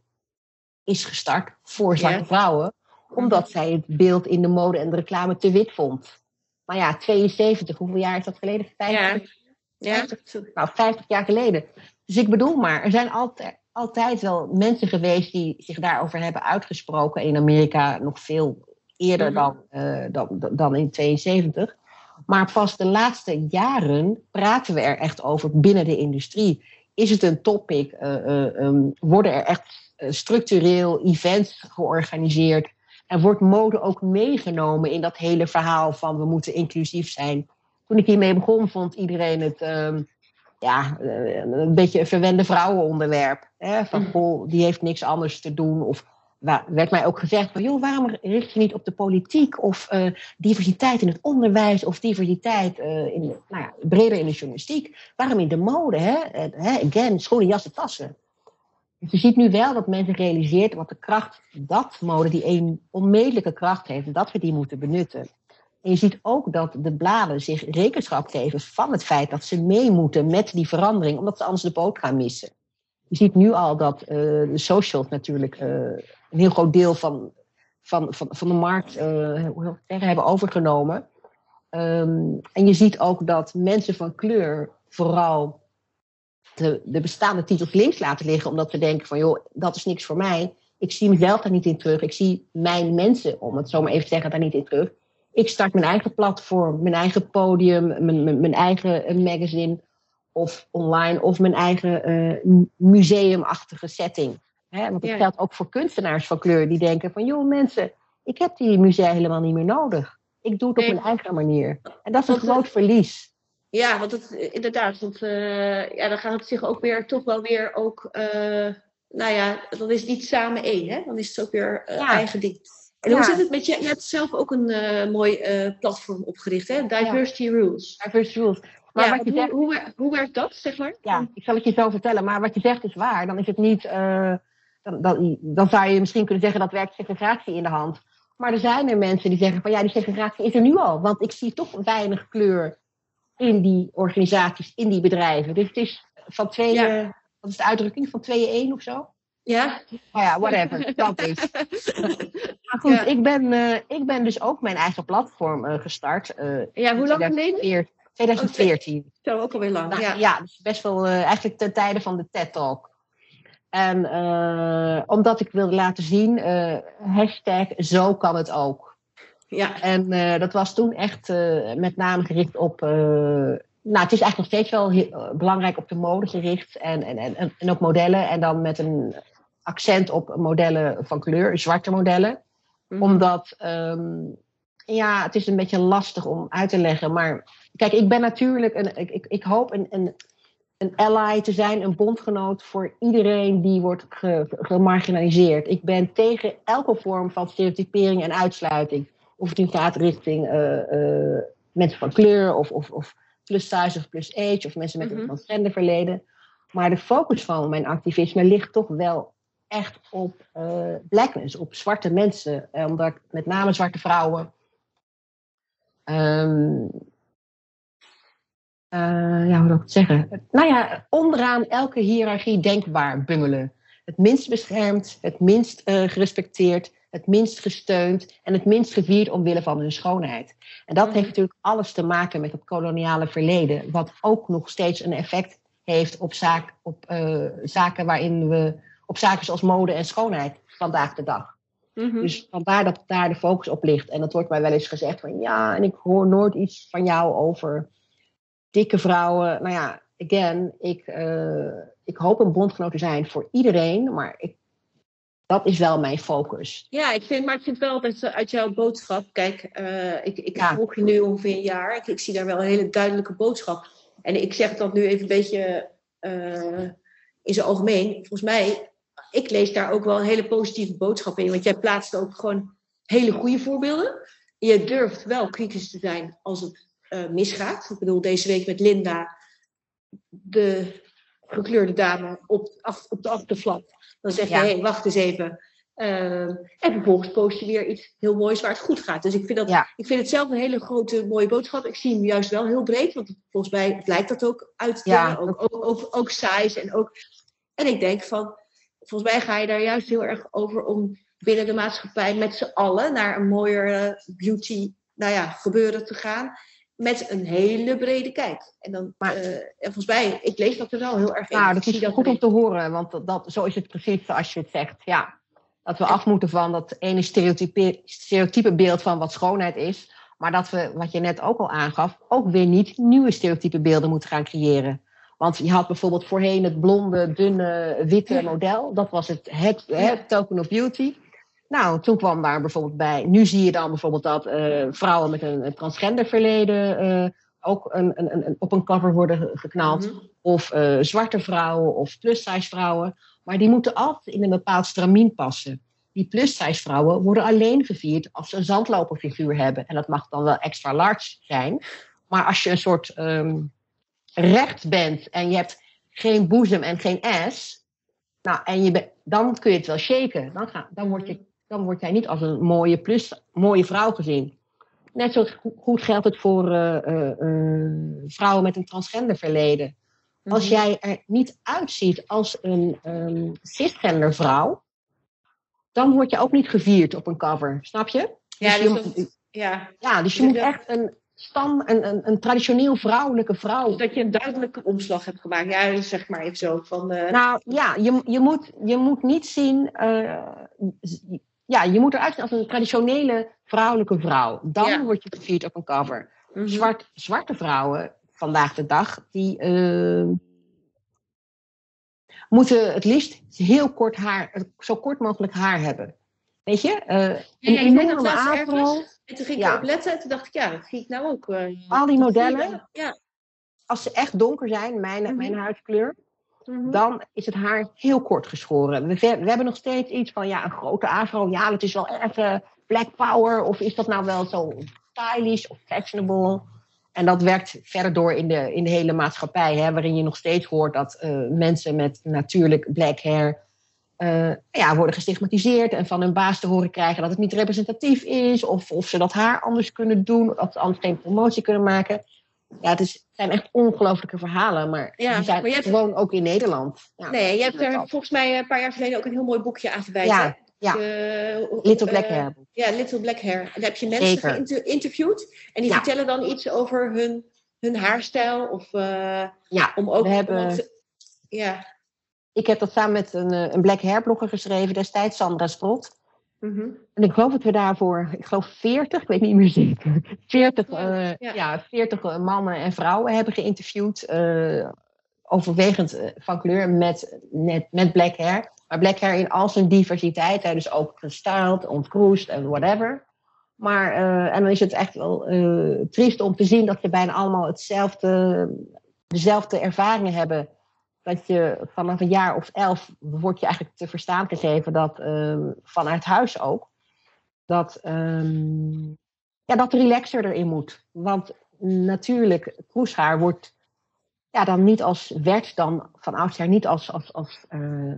is gestart voor zwarte yeah. vrouwen, omdat zij het beeld in de mode en de reclame te wit vond. Maar ja, tweeënzeventig, hoeveel jaar is dat geleden? vijftig, ja. vijftig, nou, vijftig jaar geleden. Dus ik bedoel maar, er zijn altijd, altijd wel mensen geweest die zich daarover hebben uitgesproken. In Amerika nog veel eerder mm-hmm. dan, uh, dan, dan in tweeënzeventig. Maar pas de laatste jaren praten we er echt over binnen de industrie. Is het een topic? Uh, uh, um, worden er echt structureel events georganiseerd? En wordt mode ook meegenomen in dat hele verhaal van we moeten inclusief zijn? Toen ik hiermee begon, vond iedereen het um, ja, een beetje een verwende vrouwenonderwerp. Hè? Van, goh, die heeft niks anders te doen. Of waar, werd mij ook gezegd van, joh, waarom richt je niet op de politiek? Of uh, diversiteit in het onderwijs? Of diversiteit uh, in, nou ja, breder in de journalistiek? Waarom in de mode? Hè? Uh, again, schoenen, jassen, tassen. Dus je ziet nu wel dat mensen realiseert wat de kracht, dat mode die een onmiddellijke kracht heeft, dat we die moeten benutten. En je ziet ook dat de bladen zich rekenschap geven van het feit dat ze mee moeten met die verandering, omdat ze anders de boot gaan missen. Je ziet nu al dat uh, de socials natuurlijk uh, een heel groot deel van, van, van, van de markt uh, hebben overgenomen. Um, en je ziet ook dat mensen van kleur vooral de, de bestaande titels links laten liggen, omdat ze denken van, joh, dat is niks voor mij. Ik zie mezelf daar niet in terug. Ik zie mijn mensen, om het zo maar even te zeggen, daar niet in terug. Ik start mijn eigen platform, mijn eigen podium, mijn, mijn, mijn eigen magazine of online of mijn eigen uh, museumachtige setting. Hè? Want dat ja. geldt ook voor kunstenaars van kleur die denken van, joh mensen, ik heb die musea helemaal niet meer nodig. Ik doe het op nee. mijn eigen manier. En dat is een groot verlies. Ja, want het, inderdaad, want, uh, ja, dan gaat het zich ook weer toch wel weer ook, uh, nou ja, dan is het niet samen één, hè? Dan is het ook weer uh, ja. eigen ding. En hoe ja. zit het met je? Je hebt zelf ook een uh, mooi uh, platform opgericht, hè? Diversity ja. Rules. Diversity Rules. Maar ja, wat je hoe, zegt, hoe, hoe werkt dat, zeg maar? Ja, ik zal het je zo vertellen. Maar wat je zegt is waar. Dan is het niet, uh, dan, dan, dan zou je misschien kunnen zeggen dat werkt segregatie in de hand. Maar er zijn er mensen die zeggen van ja, die segregatie is er nu al. Want ik zie toch weinig kleur in die organisaties, in die bedrijven. Dus het is van twee, Ja. uh, wat is de uitdrukking, van twee één of zo? Ja. Nou ja, whatever. Dat dus. Maar goed, ja. ik, ben, uh, ik ben dus ook mijn eigen platform uh, gestart. Uh, ja, hoe lang geleden? twintig veertien. Zo, ook alweer lang. Nou, ja, ja dus best wel uh, eigenlijk ten tijde van de TED Talk. En uh, omdat ik wilde laten zien, uh, hashtag zo kan het ook. Ja. En uh, dat was toen echt uh, met name gericht op... Uh, nou, het is eigenlijk nog steeds wel heel, uh, belangrijk op de mode gericht. En, en, en, en op modellen. En dan met een accent op modellen van kleur, zwarte modellen. Mm-hmm. Omdat, um, ja, het is een beetje lastig om uit te leggen. Maar kijk, ik ben natuurlijk, een, ik, ik, ik hoop een, een, een ally te zijn, een bondgenoot voor iedereen die wordt ge, gemarginaliseerd. Ik ben tegen elke vorm van stereotypering en uitsluiting. Of het nu gaat richting uh, uh, mensen van kleur of, of, of plus size of plus age of mensen met mm-hmm. een transgender verleden. Maar de focus van mijn activisme ligt toch wel echt op uh, blackness, op zwarte mensen. Omdat met name zwarte vrouwen um, uh, ja, hoe zou ik het zeggen? Nou ja, onderaan elke hiërarchie denkbaar bungelen. Het minst beschermd, het minst uh, gerespecteerd, het minst gesteund en het minst gevierd omwille van hun schoonheid. En dat heeft natuurlijk alles te maken met het koloniale verleden, wat ook nog steeds een effect heeft op, zaak, op uh, zaken waarin we, op zaken zoals mode en schoonheid vandaag de dag. Mm-hmm. Dus vandaar dat daar de focus op ligt. En dat wordt mij wel eens gezegd van ja, en ik hoor nooit iets van jou over dikke vrouwen. Nou ja, again, ik, uh, ik hoop een bondgenoot te zijn voor iedereen, maar ik dat is wel mijn focus. Ja, ik vind, maar ik vind wel dat uit jouw boodschap... Kijk, uh, ik, ik ja. volg je nu ongeveer een jaar. Ik, ik zie daar wel een hele duidelijke boodschap. En ik zeg dat nu even een beetje uh, in zijn algemeen. Volgens mij, ik lees daar ook wel een hele positieve boodschap in. Want jij plaatst ook gewoon hele goede voorbeelden. Je durft wel kritisch te zijn als het uh, misgaat. Ik bedoel, deze week met Linda... de gekleurde dame op, af, op de achterflap. Dan zeg je, hé, ja. hey, wacht eens even. Uh, en vervolgens post je weer iets heel moois waar het goed gaat. Dus ik vind, dat, ja. ik vind het zelf een hele grote, mooie boodschap. Ik zie hem juist wel heel breed. Want volgens mij blijkt dat ook uit te ja. ook, ook, ook, ook size. En, ook, en ik denk van, volgens mij ga je daar juist heel erg over om binnen de maatschappij met z'n allen naar een mooier beauty, nou ja, gebeuren te gaan. Met een hele brede kijk. En dan, maar, uh, en volgens mij, ik lees dat er wel heel erg in. Nou, dat is dat goed om te horen, want dat, dat, zo is het precies zoals je het zegt. Ja, dat we af moeten van dat ene stereotype, stereotype beeld van wat schoonheid is. Maar dat we, wat je net ook al aangaf, ook weer niet nieuwe stereotype beelden moeten gaan creëren. Want je had bijvoorbeeld voorheen het blonde, dunne, witte model. Dat was het, het, het token of beauty. Nou, toen kwam daar bijvoorbeeld bij... Nu zie je dan bijvoorbeeld dat uh, vrouwen met een, een transgender verleden... Uh, ook een, een, een, op een cover worden geknald. Mm-hmm. Of uh, zwarte vrouwen of plus-size vrouwen. Maar die moeten altijd in een bepaald stramien passen. Die plus-size vrouwen worden alleen gevierd als ze een zandloperfiguur hebben. En dat mag dan wel extra large zijn. Maar als je een soort um, recht bent en je hebt geen boezem en geen ass... Nou, en je be- dan kun je het wel shaken. Dan, ga, dan, word je, dan word jij niet als een mooie, plus, mooie vrouw gezien. Net zo goed geldt het voor uh, uh, uh, vrouwen met een transgender verleden. Mm-hmm. Als jij er niet uitziet als een um, cisgender vrouw, dan word je ook niet gevierd op een cover. Snap je? Ja, dus dus je, dat, ja. ja, dus je moet echt een stam, een, een, een traditioneel vrouwelijke vrouw. Dat je een duidelijke omslag hebt gemaakt. Ja, zeg maar even zo. Van, uh... Nou ja, je, je, moet, je moet niet zien... Uh, ja, je moet eruit zien als een traditionele vrouwelijke vrouw. Dan ja. word je gevierd op een cover. Mm-hmm. Zwart, zwarte vrouwen vandaag de dag, die uh, moeten het liefst heel kort haar, zo kort mogelijk haar hebben. Weet je? Uh, ja, een ja, enorme afro. En toen ging ik ja. erop letten en toen dacht ik, ja, dat zie ik nou ook. Uh, Al die modellen, ja. als ze echt donker zijn, mijn, mm-hmm. mijn huidskleur, mm-hmm. dan is het haar heel kort geschoren. We, we hebben nog steeds iets van, ja, een grote afro, ja, dat is wel echt uh, black power, of is dat nou wel zo stylish of fashionable? En dat werkt verder door in de, in de hele maatschappij, hè, waarin je nog steeds hoort dat uh, mensen met natuurlijk black hair uh, ja, worden gestigmatiseerd en van hun baas te horen krijgen dat het niet representatief is, of, of ze dat haar anders kunnen doen, of dat ze anders geen promotie kunnen maken. Ja, het, is, het zijn echt ongelooflijke verhalen, maar ja, die zijn maar hebt... gewoon ook in Nederland. Ja, nee, je hebt er volgens mij een paar jaar geleden ook een heel mooi boekje aan verwijzen. Ja, ja. Uh, Little Black uh, Hair. Ja, Little Black Hair. En daar heb je mensen geïnterviewd en die ja. vertellen dan iets over hun, hun haarstijl. Of, uh, ja, om ook, we hebben... om te, ja. Ik heb dat samen met een, een Black Hair blogger geschreven destijds, Sandra Sprot. Mm-hmm. En ik geloof dat we daarvoor, ik geloof veertig, ik weet niet meer zeker, veertig, uh, ja. Ja, veertig mannen en vrouwen hebben geïnterviewd. Uh, overwegend van kleur met, met, met black hair. Maar black hair in al zijn diversiteit. Hè, dus ook gestyled, ontkroest en whatever. Maar, uh, en dan is het echt wel uh, triest om te zien dat ze bijna allemaal hetzelfde, dezelfde ervaringen hebben. Dat je vanaf een jaar of elf wordt je eigenlijk te verstaan gegeven dat um, vanuit huis ook. Dat, um, ja, dat relaxer erin moet. Want natuurlijk, kroeshaar wordt ja, dan niet als, werd dan van oudsher niet als, als, als uh,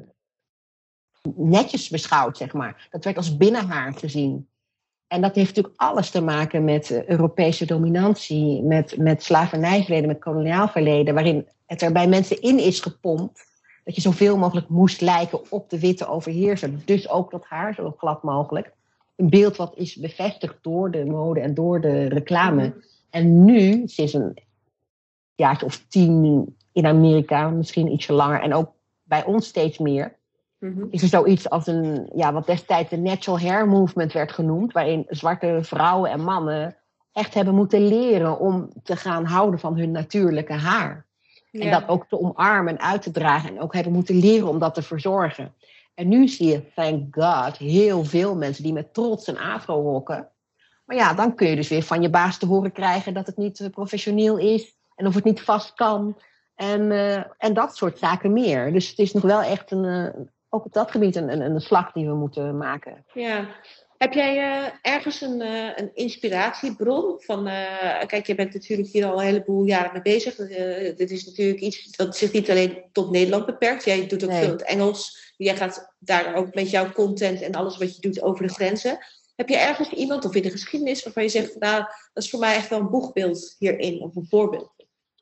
netjes beschouwd, zeg maar. Dat werd als binnenhaar gezien. En dat heeft natuurlijk alles te maken met uh, Europese dominantie, met, met slavernijverleden, met koloniaal verleden, waarin het er bij mensen in is gepompt dat je zoveel mogelijk moest lijken op de witte overheerser. Dus ook dat haar zo glad mogelijk. Een beeld wat is bevestigd door de mode en door de reclame. Mm-hmm. En nu, sinds een jaartje of tien in Amerika, misschien ietsje langer, en ook bij ons steeds meer, mm-hmm. is er zoiets als een, ja, wat destijds de natural hair movement werd genoemd, waarin zwarte vrouwen en mannen echt hebben moeten leren om te gaan houden van hun natuurlijke haar. Ja. En dat ook te omarmen en uit te dragen. En ook hebben moeten leren om dat te verzorgen. En nu zie je, thank God, heel veel mensen die met trots een afro rocken. Maar ja, dan kun je dus weer van je baas te horen krijgen dat het niet professioneel is. En of het niet vast kan. En, uh, en dat soort zaken meer. Dus het is nog wel echt een, uh, ook op dat gebied een, een, een slag die we moeten maken. Ja. Heb jij uh, ergens een, uh, een inspiratiebron? Van, uh, kijk, je bent natuurlijk hier al een heleboel jaren mee bezig. Uh, dit is natuurlijk iets dat zich niet alleen tot Nederland beperkt. Jij doet ook nee. veel in het Engels. Jij gaat daar ook met jouw content en alles wat je doet over de grenzen. Heb je ergens iemand of in de geschiedenis waarvan je zegt, nou, dat is voor mij echt wel een boegbeeld hierin of een voorbeeld?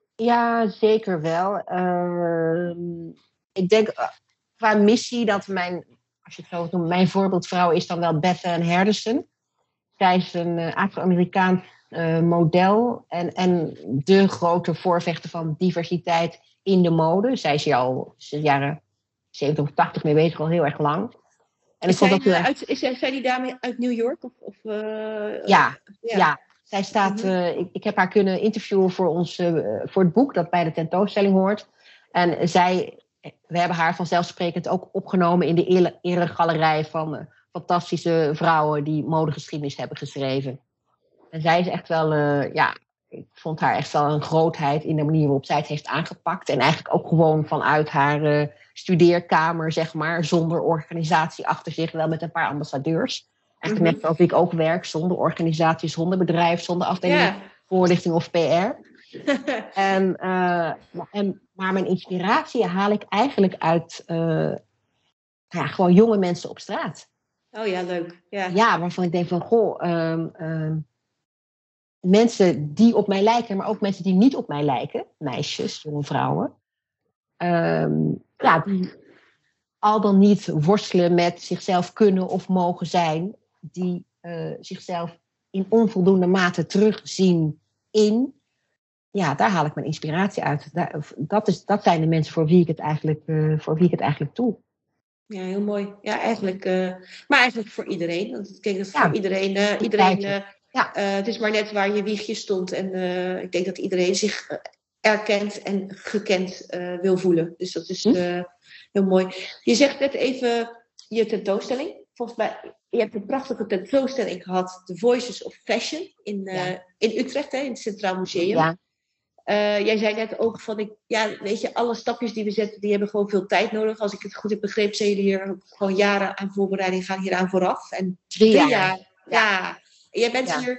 Ja, zeker wel. Uh, ik denk uh, qua missie dat mijn, als je het zo noemt, mijn voorbeeldvrouw is dan wel Beth Ann Hardison. Zij is een uh, Afro-Amerikaans uh, model en, en de grote voorvechter van diversiteit in de mode. Zij is hier al sinds de jaren zeventig of tachtig mee bezig, al heel erg lang. En is, zij, dat uh, uit, is zij die dame uit New York? Of, of, uh, ja, ja, ja. Zij staat, uh, ik, ik heb haar kunnen interviewen voor, ons, uh, voor het boek dat bij de tentoonstelling hoort. En zij, we hebben haar vanzelfsprekend ook opgenomen in de eregalerij van uh, fantastische vrouwen die modegeschiedenis hebben geschreven. En zij is echt wel, uh, ja, ik vond haar echt wel een grootheid in de manier waarop zij het heeft aangepakt. En eigenlijk ook gewoon vanuit haar uh, studeerkamer, zeg maar, zonder organisatie achter zich, wel met een paar ambassadeurs. Eigenlijk mm-hmm. net zoals ik ook werk, zonder organisatie, zonder bedrijf, zonder afdeling yeah. voorlichting of P R. en, uh, en, maar mijn inspiratie haal ik eigenlijk uit uh, ja, gewoon jonge mensen op straat. Oh ja, leuk. Ja, ja waarvan ik denk van, goh, um, um, mensen die op mij lijken, maar ook mensen die niet op mij lijken, meisjes, jonge vrouwen, um, ja, die al dan niet worstelen met zichzelf kunnen of mogen zijn, die uh, zichzelf in onvoldoende mate terugzien in, ja, daar haal ik mijn inspiratie uit. Daar, dat, is, dat zijn de mensen voor wie ik het eigenlijk, uh, voor wie ik het eigenlijk doe. Ja, heel mooi. Ja, eigenlijk, uh, maar eigenlijk voor iedereen. Want ik denk dat ja, voor iedereen, uh, iedereen uh, ja. uh, het is maar net waar je wiegje stond. En uh, ik denk dat iedereen zich uh, erkend en gekend uh, wil voelen. Dus dat is uh, heel mooi. Je zegt net even je tentoonstelling. Volgens mij, je hebt een prachtige tentoonstelling gehad, The Voices of Fashion, in, uh, ja. in Utrecht, hè, in het Centraal Museum. Ja. Uh, jij zei net ook van, ik, ja, weet je, alle stapjes die we zetten, die hebben gewoon veel tijd nodig. Als ik het goed heb begrepen, zijn jullie hier gewoon jaren aan voorbereiding gaan hieraan vooraf. En drie jaar. jaar, ja. ja. En jij bent ja. hier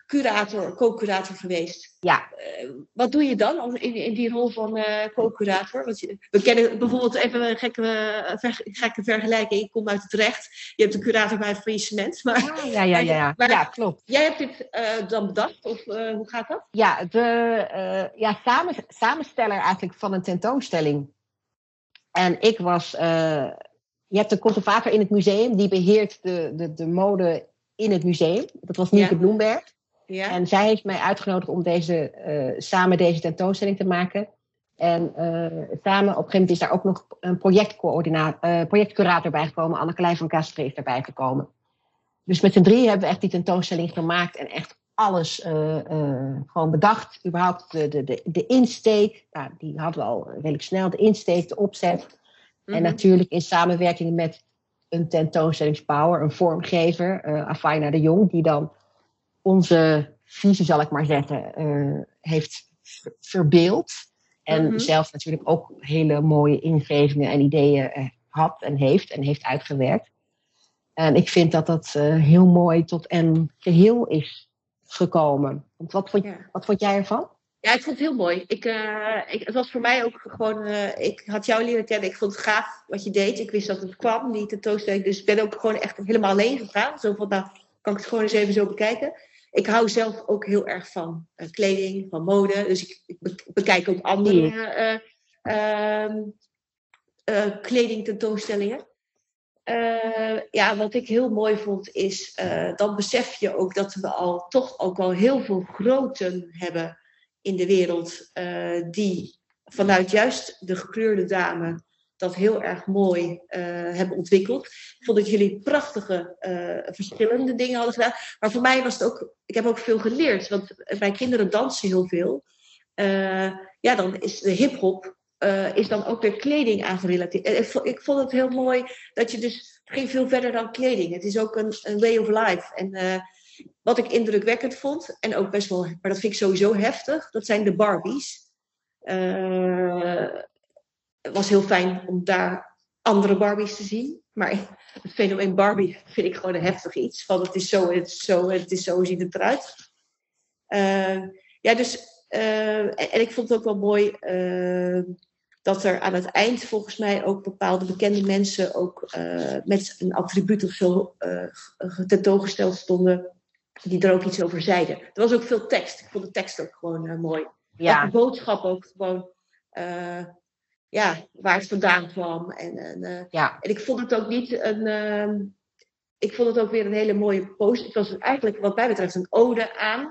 curator, co-curator geweest. Ja. Uh, wat doe je dan als in, in die rol van uh, co-curator? Want je, we kennen bijvoorbeeld even een gekke, uh, ver, gekke vergelijking. Ik kom uit het recht. Je hebt een curator bij het faillissement. Maar, ah, ja, ja, ja, ja. maar, ja, klopt. Jij hebt dit uh, dan bedacht? Of uh, hoe gaat dat? Ja, de uh, ja, samen, samensteller eigenlijk van een tentoonstelling. En ik was... Uh, je hebt een conservator in het museum. Die beheert de, de, de mode in het museum. Dat was Nienke ja. Bloemberg. Ja. En zij heeft mij uitgenodigd om deze, uh, samen deze tentoonstelling te maken. En uh, samen, op een gegeven moment is daar ook nog een projectcoördinator, uh, projectcurator bijgekomen. Anne-Klein van Castre is daarbij gekomen. Dus met z'n drie hebben we echt die tentoonstelling gemaakt. En echt alles uh, uh, gewoon bedacht. Überhaupt de, de, de, de insteek. Nou, die hadden we al redelijk snel. De insteek, de opzet. Mm-hmm. En natuurlijk in samenwerking met een tentoonstellingsbouwer, een vormgever. Uh, Afaina de Jong, die dan onze visie, zal ik maar zeggen, uh, heeft verbeeld. En mm-hmm. zelf natuurlijk ook hele mooie ingevingen en ideeën uh, had en heeft en heeft uitgewerkt. En ik vind dat dat uh, heel mooi tot een geheel is gekomen. Want wat vond, ja. wat vond jij ervan? Ja, ik vond het heel mooi. Ik, uh, ik, het was voor mij ook gewoon... Uh, ik had jou leren kennen. Ik vond het gaaf wat je deed. Ik wist dat het kwam, die tentoonstelling. Dus ik ben ook gewoon echt helemaal alleen gegaan. Zo van, nou, kan ik het gewoon eens even zo bekijken. Ik hou zelf ook heel erg van uh, kleding, van mode. Dus ik, ik bekijk ook andere uh, uh, uh, kledingtentoonstellingen. Uh, ja, wat ik heel mooi vond is... Uh, dan besef je ook dat we al toch ook al heel veel groten hebben in de wereld. Uh, die vanuit juist de gekleurde dame dat heel erg mooi uh, hebben ontwikkeld. Ik vond dat jullie prachtige uh, verschillende dingen hadden gedaan. Maar voor mij was het ook... Ik heb ook veel geleerd. Want mijn kinderen dansen heel veel. Uh, ja, dan is de hiphop... Uh, is dan ook weer kleding aan gerelateerd. Ik, ik vond het heel mooi dat je dus... Het ging veel verder dan kleding. Het is ook een, een way of life. En uh, wat ik indrukwekkend vond... En ook best wel... Maar dat vind ik sowieso heftig. Dat zijn de Barbies. Uh, Het was heel fijn om daar andere Barbies te zien. Maar het fenomeen Barbie vind ik gewoon een heftig iets. Want het is zo, het is zo, het is zo ziet het eruit. Uh, ja, dus... Uh, en, en ik vond het ook wel mooi... Uh, dat er aan het eind volgens mij ook bepaalde bekende mensen... ook uh, met een attribuut of zo uh, tentoongesteld stonden... die er ook iets over zeiden. Er was ook veel tekst. Ik vond de tekst ook gewoon uh, mooi. Ja. En de boodschap ook gewoon... Uh, ja, waar het vandaan kwam. En, en, uh, ja. en ik vond het ook niet een... Uh, ik vond het ook weer een hele mooie post. Het was eigenlijk wat mij betreft een ode aan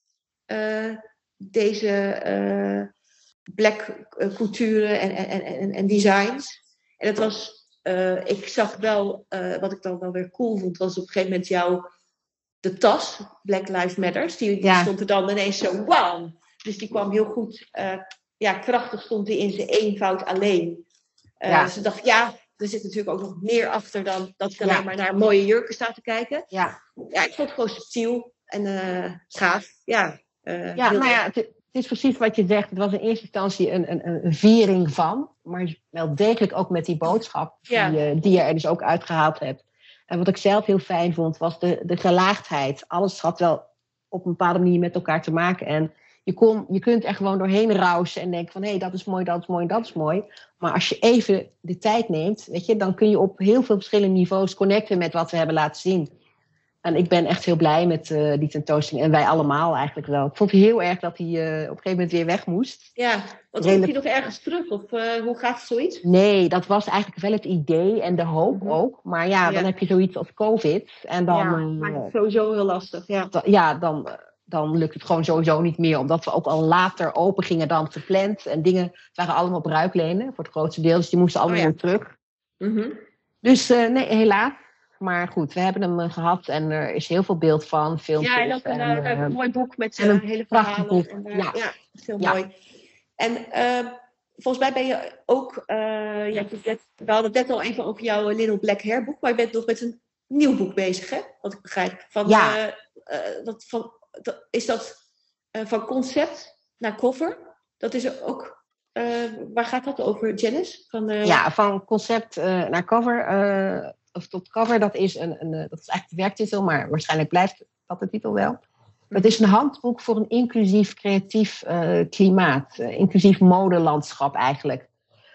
uh, deze uh, black cultuur en, en, en, en designs. En het was... Uh, ik zag wel, uh, wat ik dan wel weer cool vond, was op een gegeven moment jouw... de tas, Black Lives Matters, die, die ja. stond er dan ineens zo... Wow! Dus die kwam heel goed... Uh, Ja, krachtig stond hij in zijn eenvoud alleen. Uh, ja. Dus ik dacht, ja, er zit natuurlijk ook nog meer achter dan dat ik alleen ja. maar naar mooie jurken sta te kijken. Ja, ja ik vond het gewoon subtiel en uh, gaaf. Ja, uh, ja nou ja, het, het is precies wat je zegt. Het was in eerste instantie een, een, een viering van, maar wel degelijk ook met die boodschap ja. die, uh, die je er dus ook uitgehaald hebt. En wat ik zelf heel fijn vond, was de, de gelaagdheid. Alles had wel op een bepaalde manier met elkaar te maken en... Je, kon, je kunt er gewoon doorheen rausen en denken van... hé, hey, dat is mooi, dat is mooi, dat is mooi. Maar als je even de tijd neemt... weet je, dan kun je op heel veel verschillende niveaus connecten... met wat we hebben laten zien. En ik ben echt heel blij met uh, die tentoonstelling. En wij allemaal eigenlijk wel. Ik vond het heel erg dat hij uh, op een gegeven moment weer weg moest. Ja, want komt hij nog ergens terug? Of uh, hoe gaat het zoiets? Nee, dat was eigenlijk wel het idee en de hoop mm-hmm. ook. Maar ja, dan ja. heb je zoiets als COVID. En dan... Ja, uh, maakt het sowieso heel lastig. Ja, d- ja dan... Uh, dan lukt het gewoon sowieso niet meer. Omdat we ook al later open gingen dan gepland. En dingen waren allemaal bruiklenen voor het grootste deel. Dus die moesten allemaal weer oh ja. terug. Mm-hmm. Dus uh, nee, helaas. Maar goed, we hebben hem uh, gehad. En er is heel veel beeld van. Filmpjes. Ja, en ook een, en, uh, een mooi boek met uh, een hele verhalen. Boek. En, uh, ja. ja, heel ja. mooi. En uh, volgens mij ben je ook... Uh, ja, net, we hadden het net al even over jouw Little Black Hair boek. Maar je bent nog met een nieuw boek bezig, hè? Wat ik begrijp. Van, ja. Uh, uh, dat van... Is dat uh, van concept naar cover? Dat is er ook... Uh, waar gaat dat over, Janice? Van, uh... Ja, van concept uh, naar cover. Uh, of tot cover, dat is, een, een, dat is eigenlijk de werktitel. Maar waarschijnlijk blijft dat de titel wel. Het is een handboek voor een inclusief creatief uh, klimaat. Uh, inclusief modelandschap eigenlijk.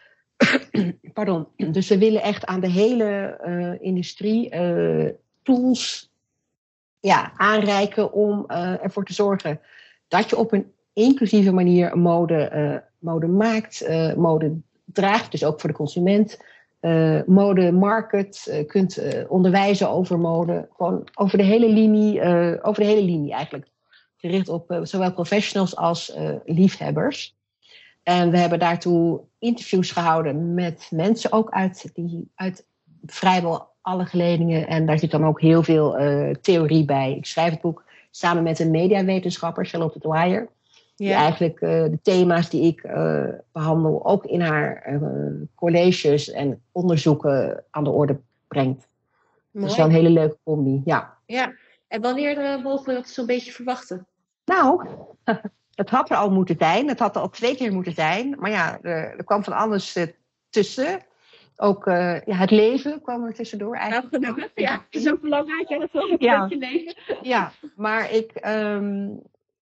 Pardon. Dus we willen echt aan de hele uh, industrie uh, tools ja, aanreiken om uh, ervoor te zorgen dat je op een inclusieve manier mode, uh, mode maakt, uh, mode draagt, dus ook voor de consument. Uh, mode market, uh, kunt uh, onderwijzen over mode, gewoon over de hele linie, uh, over de hele linie eigenlijk. Gericht op uh, zowel professionals als uh, liefhebbers. En we hebben daartoe interviews gehouden met mensen ook uit, die, uit vrijwel alle geledingen. En daar zit dan ook heel veel uh, theorie bij. Ik schrijf het boek samen met een mediawetenschapper, Charlotte Dwyer. Die ja. eigenlijk uh, de thema's die ik uh, behandel ook in haar uh, colleges en onderzoeken aan de orde brengt. Mooi. Dat is wel een hele leuke combi, ja. Ja, en wanneer uh, mogen we dat zo'n beetje verwachten? Nou, het had er al moeten zijn. Het had er al twee keer moeten zijn. Maar ja, er, er kwam van alles uh, tussen. Ook uh, ja, het leven kwam er tussendoor eigenlijk. Nou, gelukkig. Ja, het is ook belangrijk, hè, dat we ja. een beetje leven. Ja, maar ik... Um,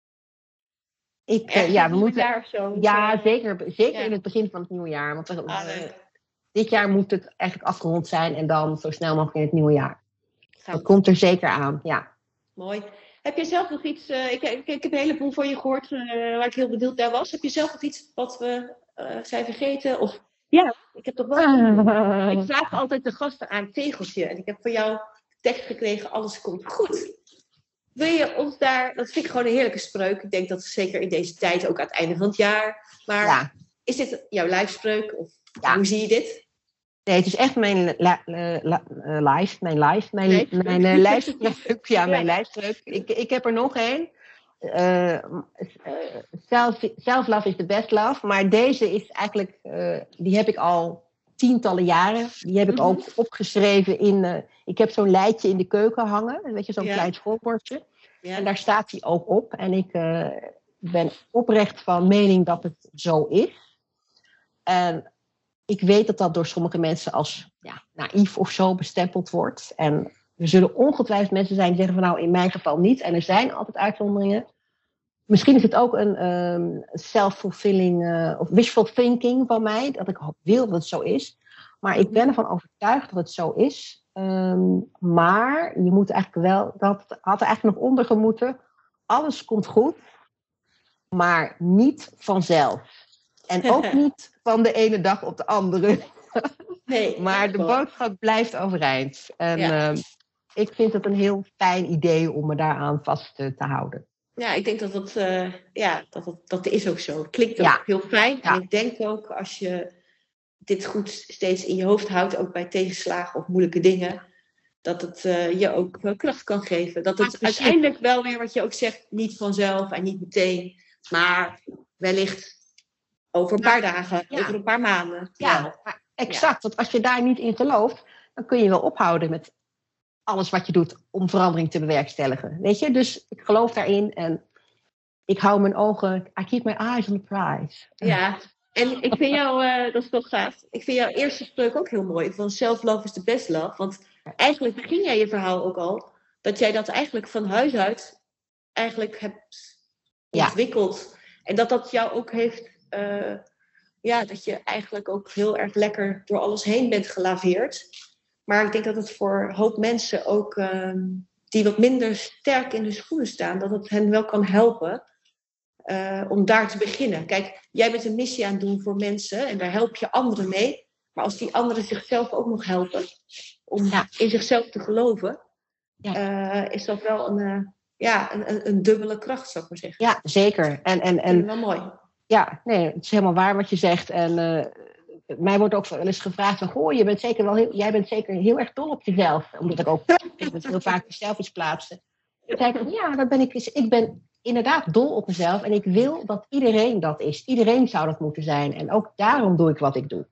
Ik, uh, ja, we moeten. Jaar of zo, ja, uh, zeker, zeker ja. in het begin van het nieuwe jaar. Want we, ah, uh, dit jaar moet het eigenlijk afgerond zijn en dan zo snel mogelijk in het nieuwe jaar. Gaan dat komt er zeker aan, ja. Mooi. Heb je zelf nog iets, uh, ik, ik, ik heb een heleboel van je gehoord uh, waar ik heel benieuwd naar was. Heb je zelf nog iets wat we uh, zijn vergeten? Of, ja, ik heb toch wel... Uh, ik vraag altijd de gasten aan tegeltje. En ik heb van jou tekst gekregen, alles komt goed. Wil je ons daar, dat vind ik gewoon een heerlijke spreuk. Ik denk dat zeker in deze tijd, ook aan het einde van het jaar. Maar ja. Is dit jouw lijfspreuk? Of ja. Hoe zie je dit? Nee, het is echt mijn la, la, la, live, mijn live, mijn lijfspreuk. Mijn, uh, lijfspreuk. Ja, mijn ja. lijfspreuk. Ik, ik heb er nog één. Uh, uh, self, self-love is the best love. Maar deze is eigenlijk, uh, die heb ik al tientallen jaren. Die heb ik mm-hmm. ook opgeschreven in... Uh, ik heb zo'n lijstje in de keuken hangen. Weet je, zo'n ja. klein schoolbordje. Ja. En daar staat hij ook op. En ik uh, ben oprecht van mening dat het zo is. En ik weet dat dat door sommige mensen als ja, naïef of zo bestempeld wordt. En er zullen ongetwijfeld mensen zijn die zeggen van nou, in mijn geval niet. En er zijn altijd uitzonderingen. Misschien is het ook een um, self-fulfilling uh, of wishful thinking van mij. Dat ik wil dat het zo is. Maar ik ben ervan overtuigd dat het zo is. Um, maar je moet eigenlijk wel, dat had er eigenlijk nog onder gemoeten. Alles komt goed, maar niet vanzelf. En ook niet van de ene dag op de andere. Nee, maar de boodschap blijft overeind. En ja. um, ik vind het een heel fijn idee om me daaraan vast te, te houden. Ja, ik denk dat dat, uh, ja, dat, dat, dat is ook zo. Het klinkt ook ja. heel fijn. Ja. En ik denk ook als je dit goed steeds in je hoofd houdt, ook bij tegenslagen of moeilijke dingen, dat het uh, je ook uh, kracht kan geven. Dat het ja, uiteindelijk wel weer, wat je ook zegt, niet vanzelf en niet meteen, maar wellicht over een paar dagen, ja. over een paar maanden. Ja, ja. exact. Ja. Want als je daar niet in gelooft, dan kun je wel ophouden met alles wat je doet om verandering te bewerkstelligen. Weet je? Dus ik geloof daarin en ik hou mijn ogen, I keep my eyes on the prize. Ja, en ik vind jou, uh, dat is toch gaaf, ik vind jouw eerste spreuk ook heel mooi, van self-love is the best love. Want eigenlijk begin jij je verhaal ook al, dat jij dat eigenlijk van huis uit eigenlijk hebt ontwikkeld. Ja. En dat dat jou ook heeft, uh, ja, dat je eigenlijk ook heel erg lekker door alles heen bent gelaveerd. Maar ik denk dat het voor een hoop mensen ook, uh, die wat minder sterk in de schoenen staan, dat het hen wel kan helpen uh, om daar te beginnen. Kijk, jij bent een missie aan het doen voor mensen en daar help je anderen mee. Maar als die anderen zichzelf ook nog helpen om ja. in zichzelf te geloven, ja. uh, is dat wel een, uh, ja, een, een, een dubbele kracht, zou ik maar zeggen. Ja, zeker. En, en, en, wel mooi. Ja, nee, het is helemaal waar wat je zegt. En uh, mij wordt ook wel eens gevraagd van, goh, je bent zeker wel heel, jij bent zeker heel erg dol op jezelf. Omdat ik ook heel vaak jezelf iets plaatste. Dan zei ik, ja, dat ben ik. Ik ben inderdaad dol op mezelf. En ik wil dat iedereen dat is. Iedereen zou dat moeten zijn. En ook daarom doe ik wat ik doe.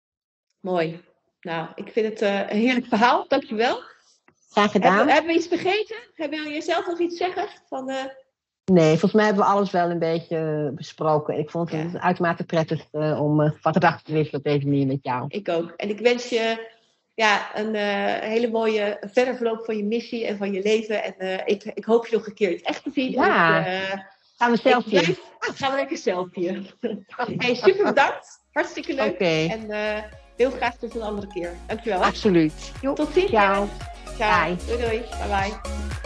Mooi. Nou, ik vind het uh, een heerlijk verhaal. Dankjewel. Graag gedaan. Hebben, hebben we iets vergeten? Wil je zelf nog iets zeggen? Van, uh... Nee, volgens mij hebben we alles wel een beetje besproken. Ik vond het ja. uitermate prettig uh, om uh, van gedachten te wisselen op deze manier met jou. Ik ook. En ik wens je ja, een uh, hele mooie verder verloop van je missie en van je leven. En uh, ik, ik hoop je nog een keer in het echt te zien. Ja, dus, uh, gaan we selfie. Blijf... Ah, gaan we lekker selfie. Hey, super bedankt. Hartstikke leuk. Okay. En uh, heel graag tot een andere keer. Dankjewel. Absoluut. Jo, tot ziens. Ciao. Ciao. Bye. Doei doei. Bye bye.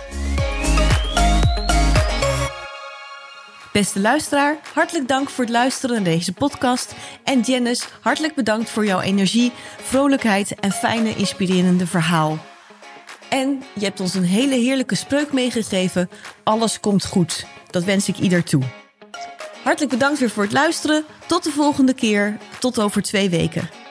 Beste luisteraar, hartelijk dank voor het luisteren naar deze podcast. En Janice, hartelijk bedankt voor jouw energie, vrolijkheid en fijne, inspirerende verhaal. En je hebt ons een hele heerlijke spreuk meegegeven. Alles komt goed. Dat wens ik ieder toe. Hartelijk bedankt weer voor het luisteren. Tot de volgende keer. Tot over twee weken.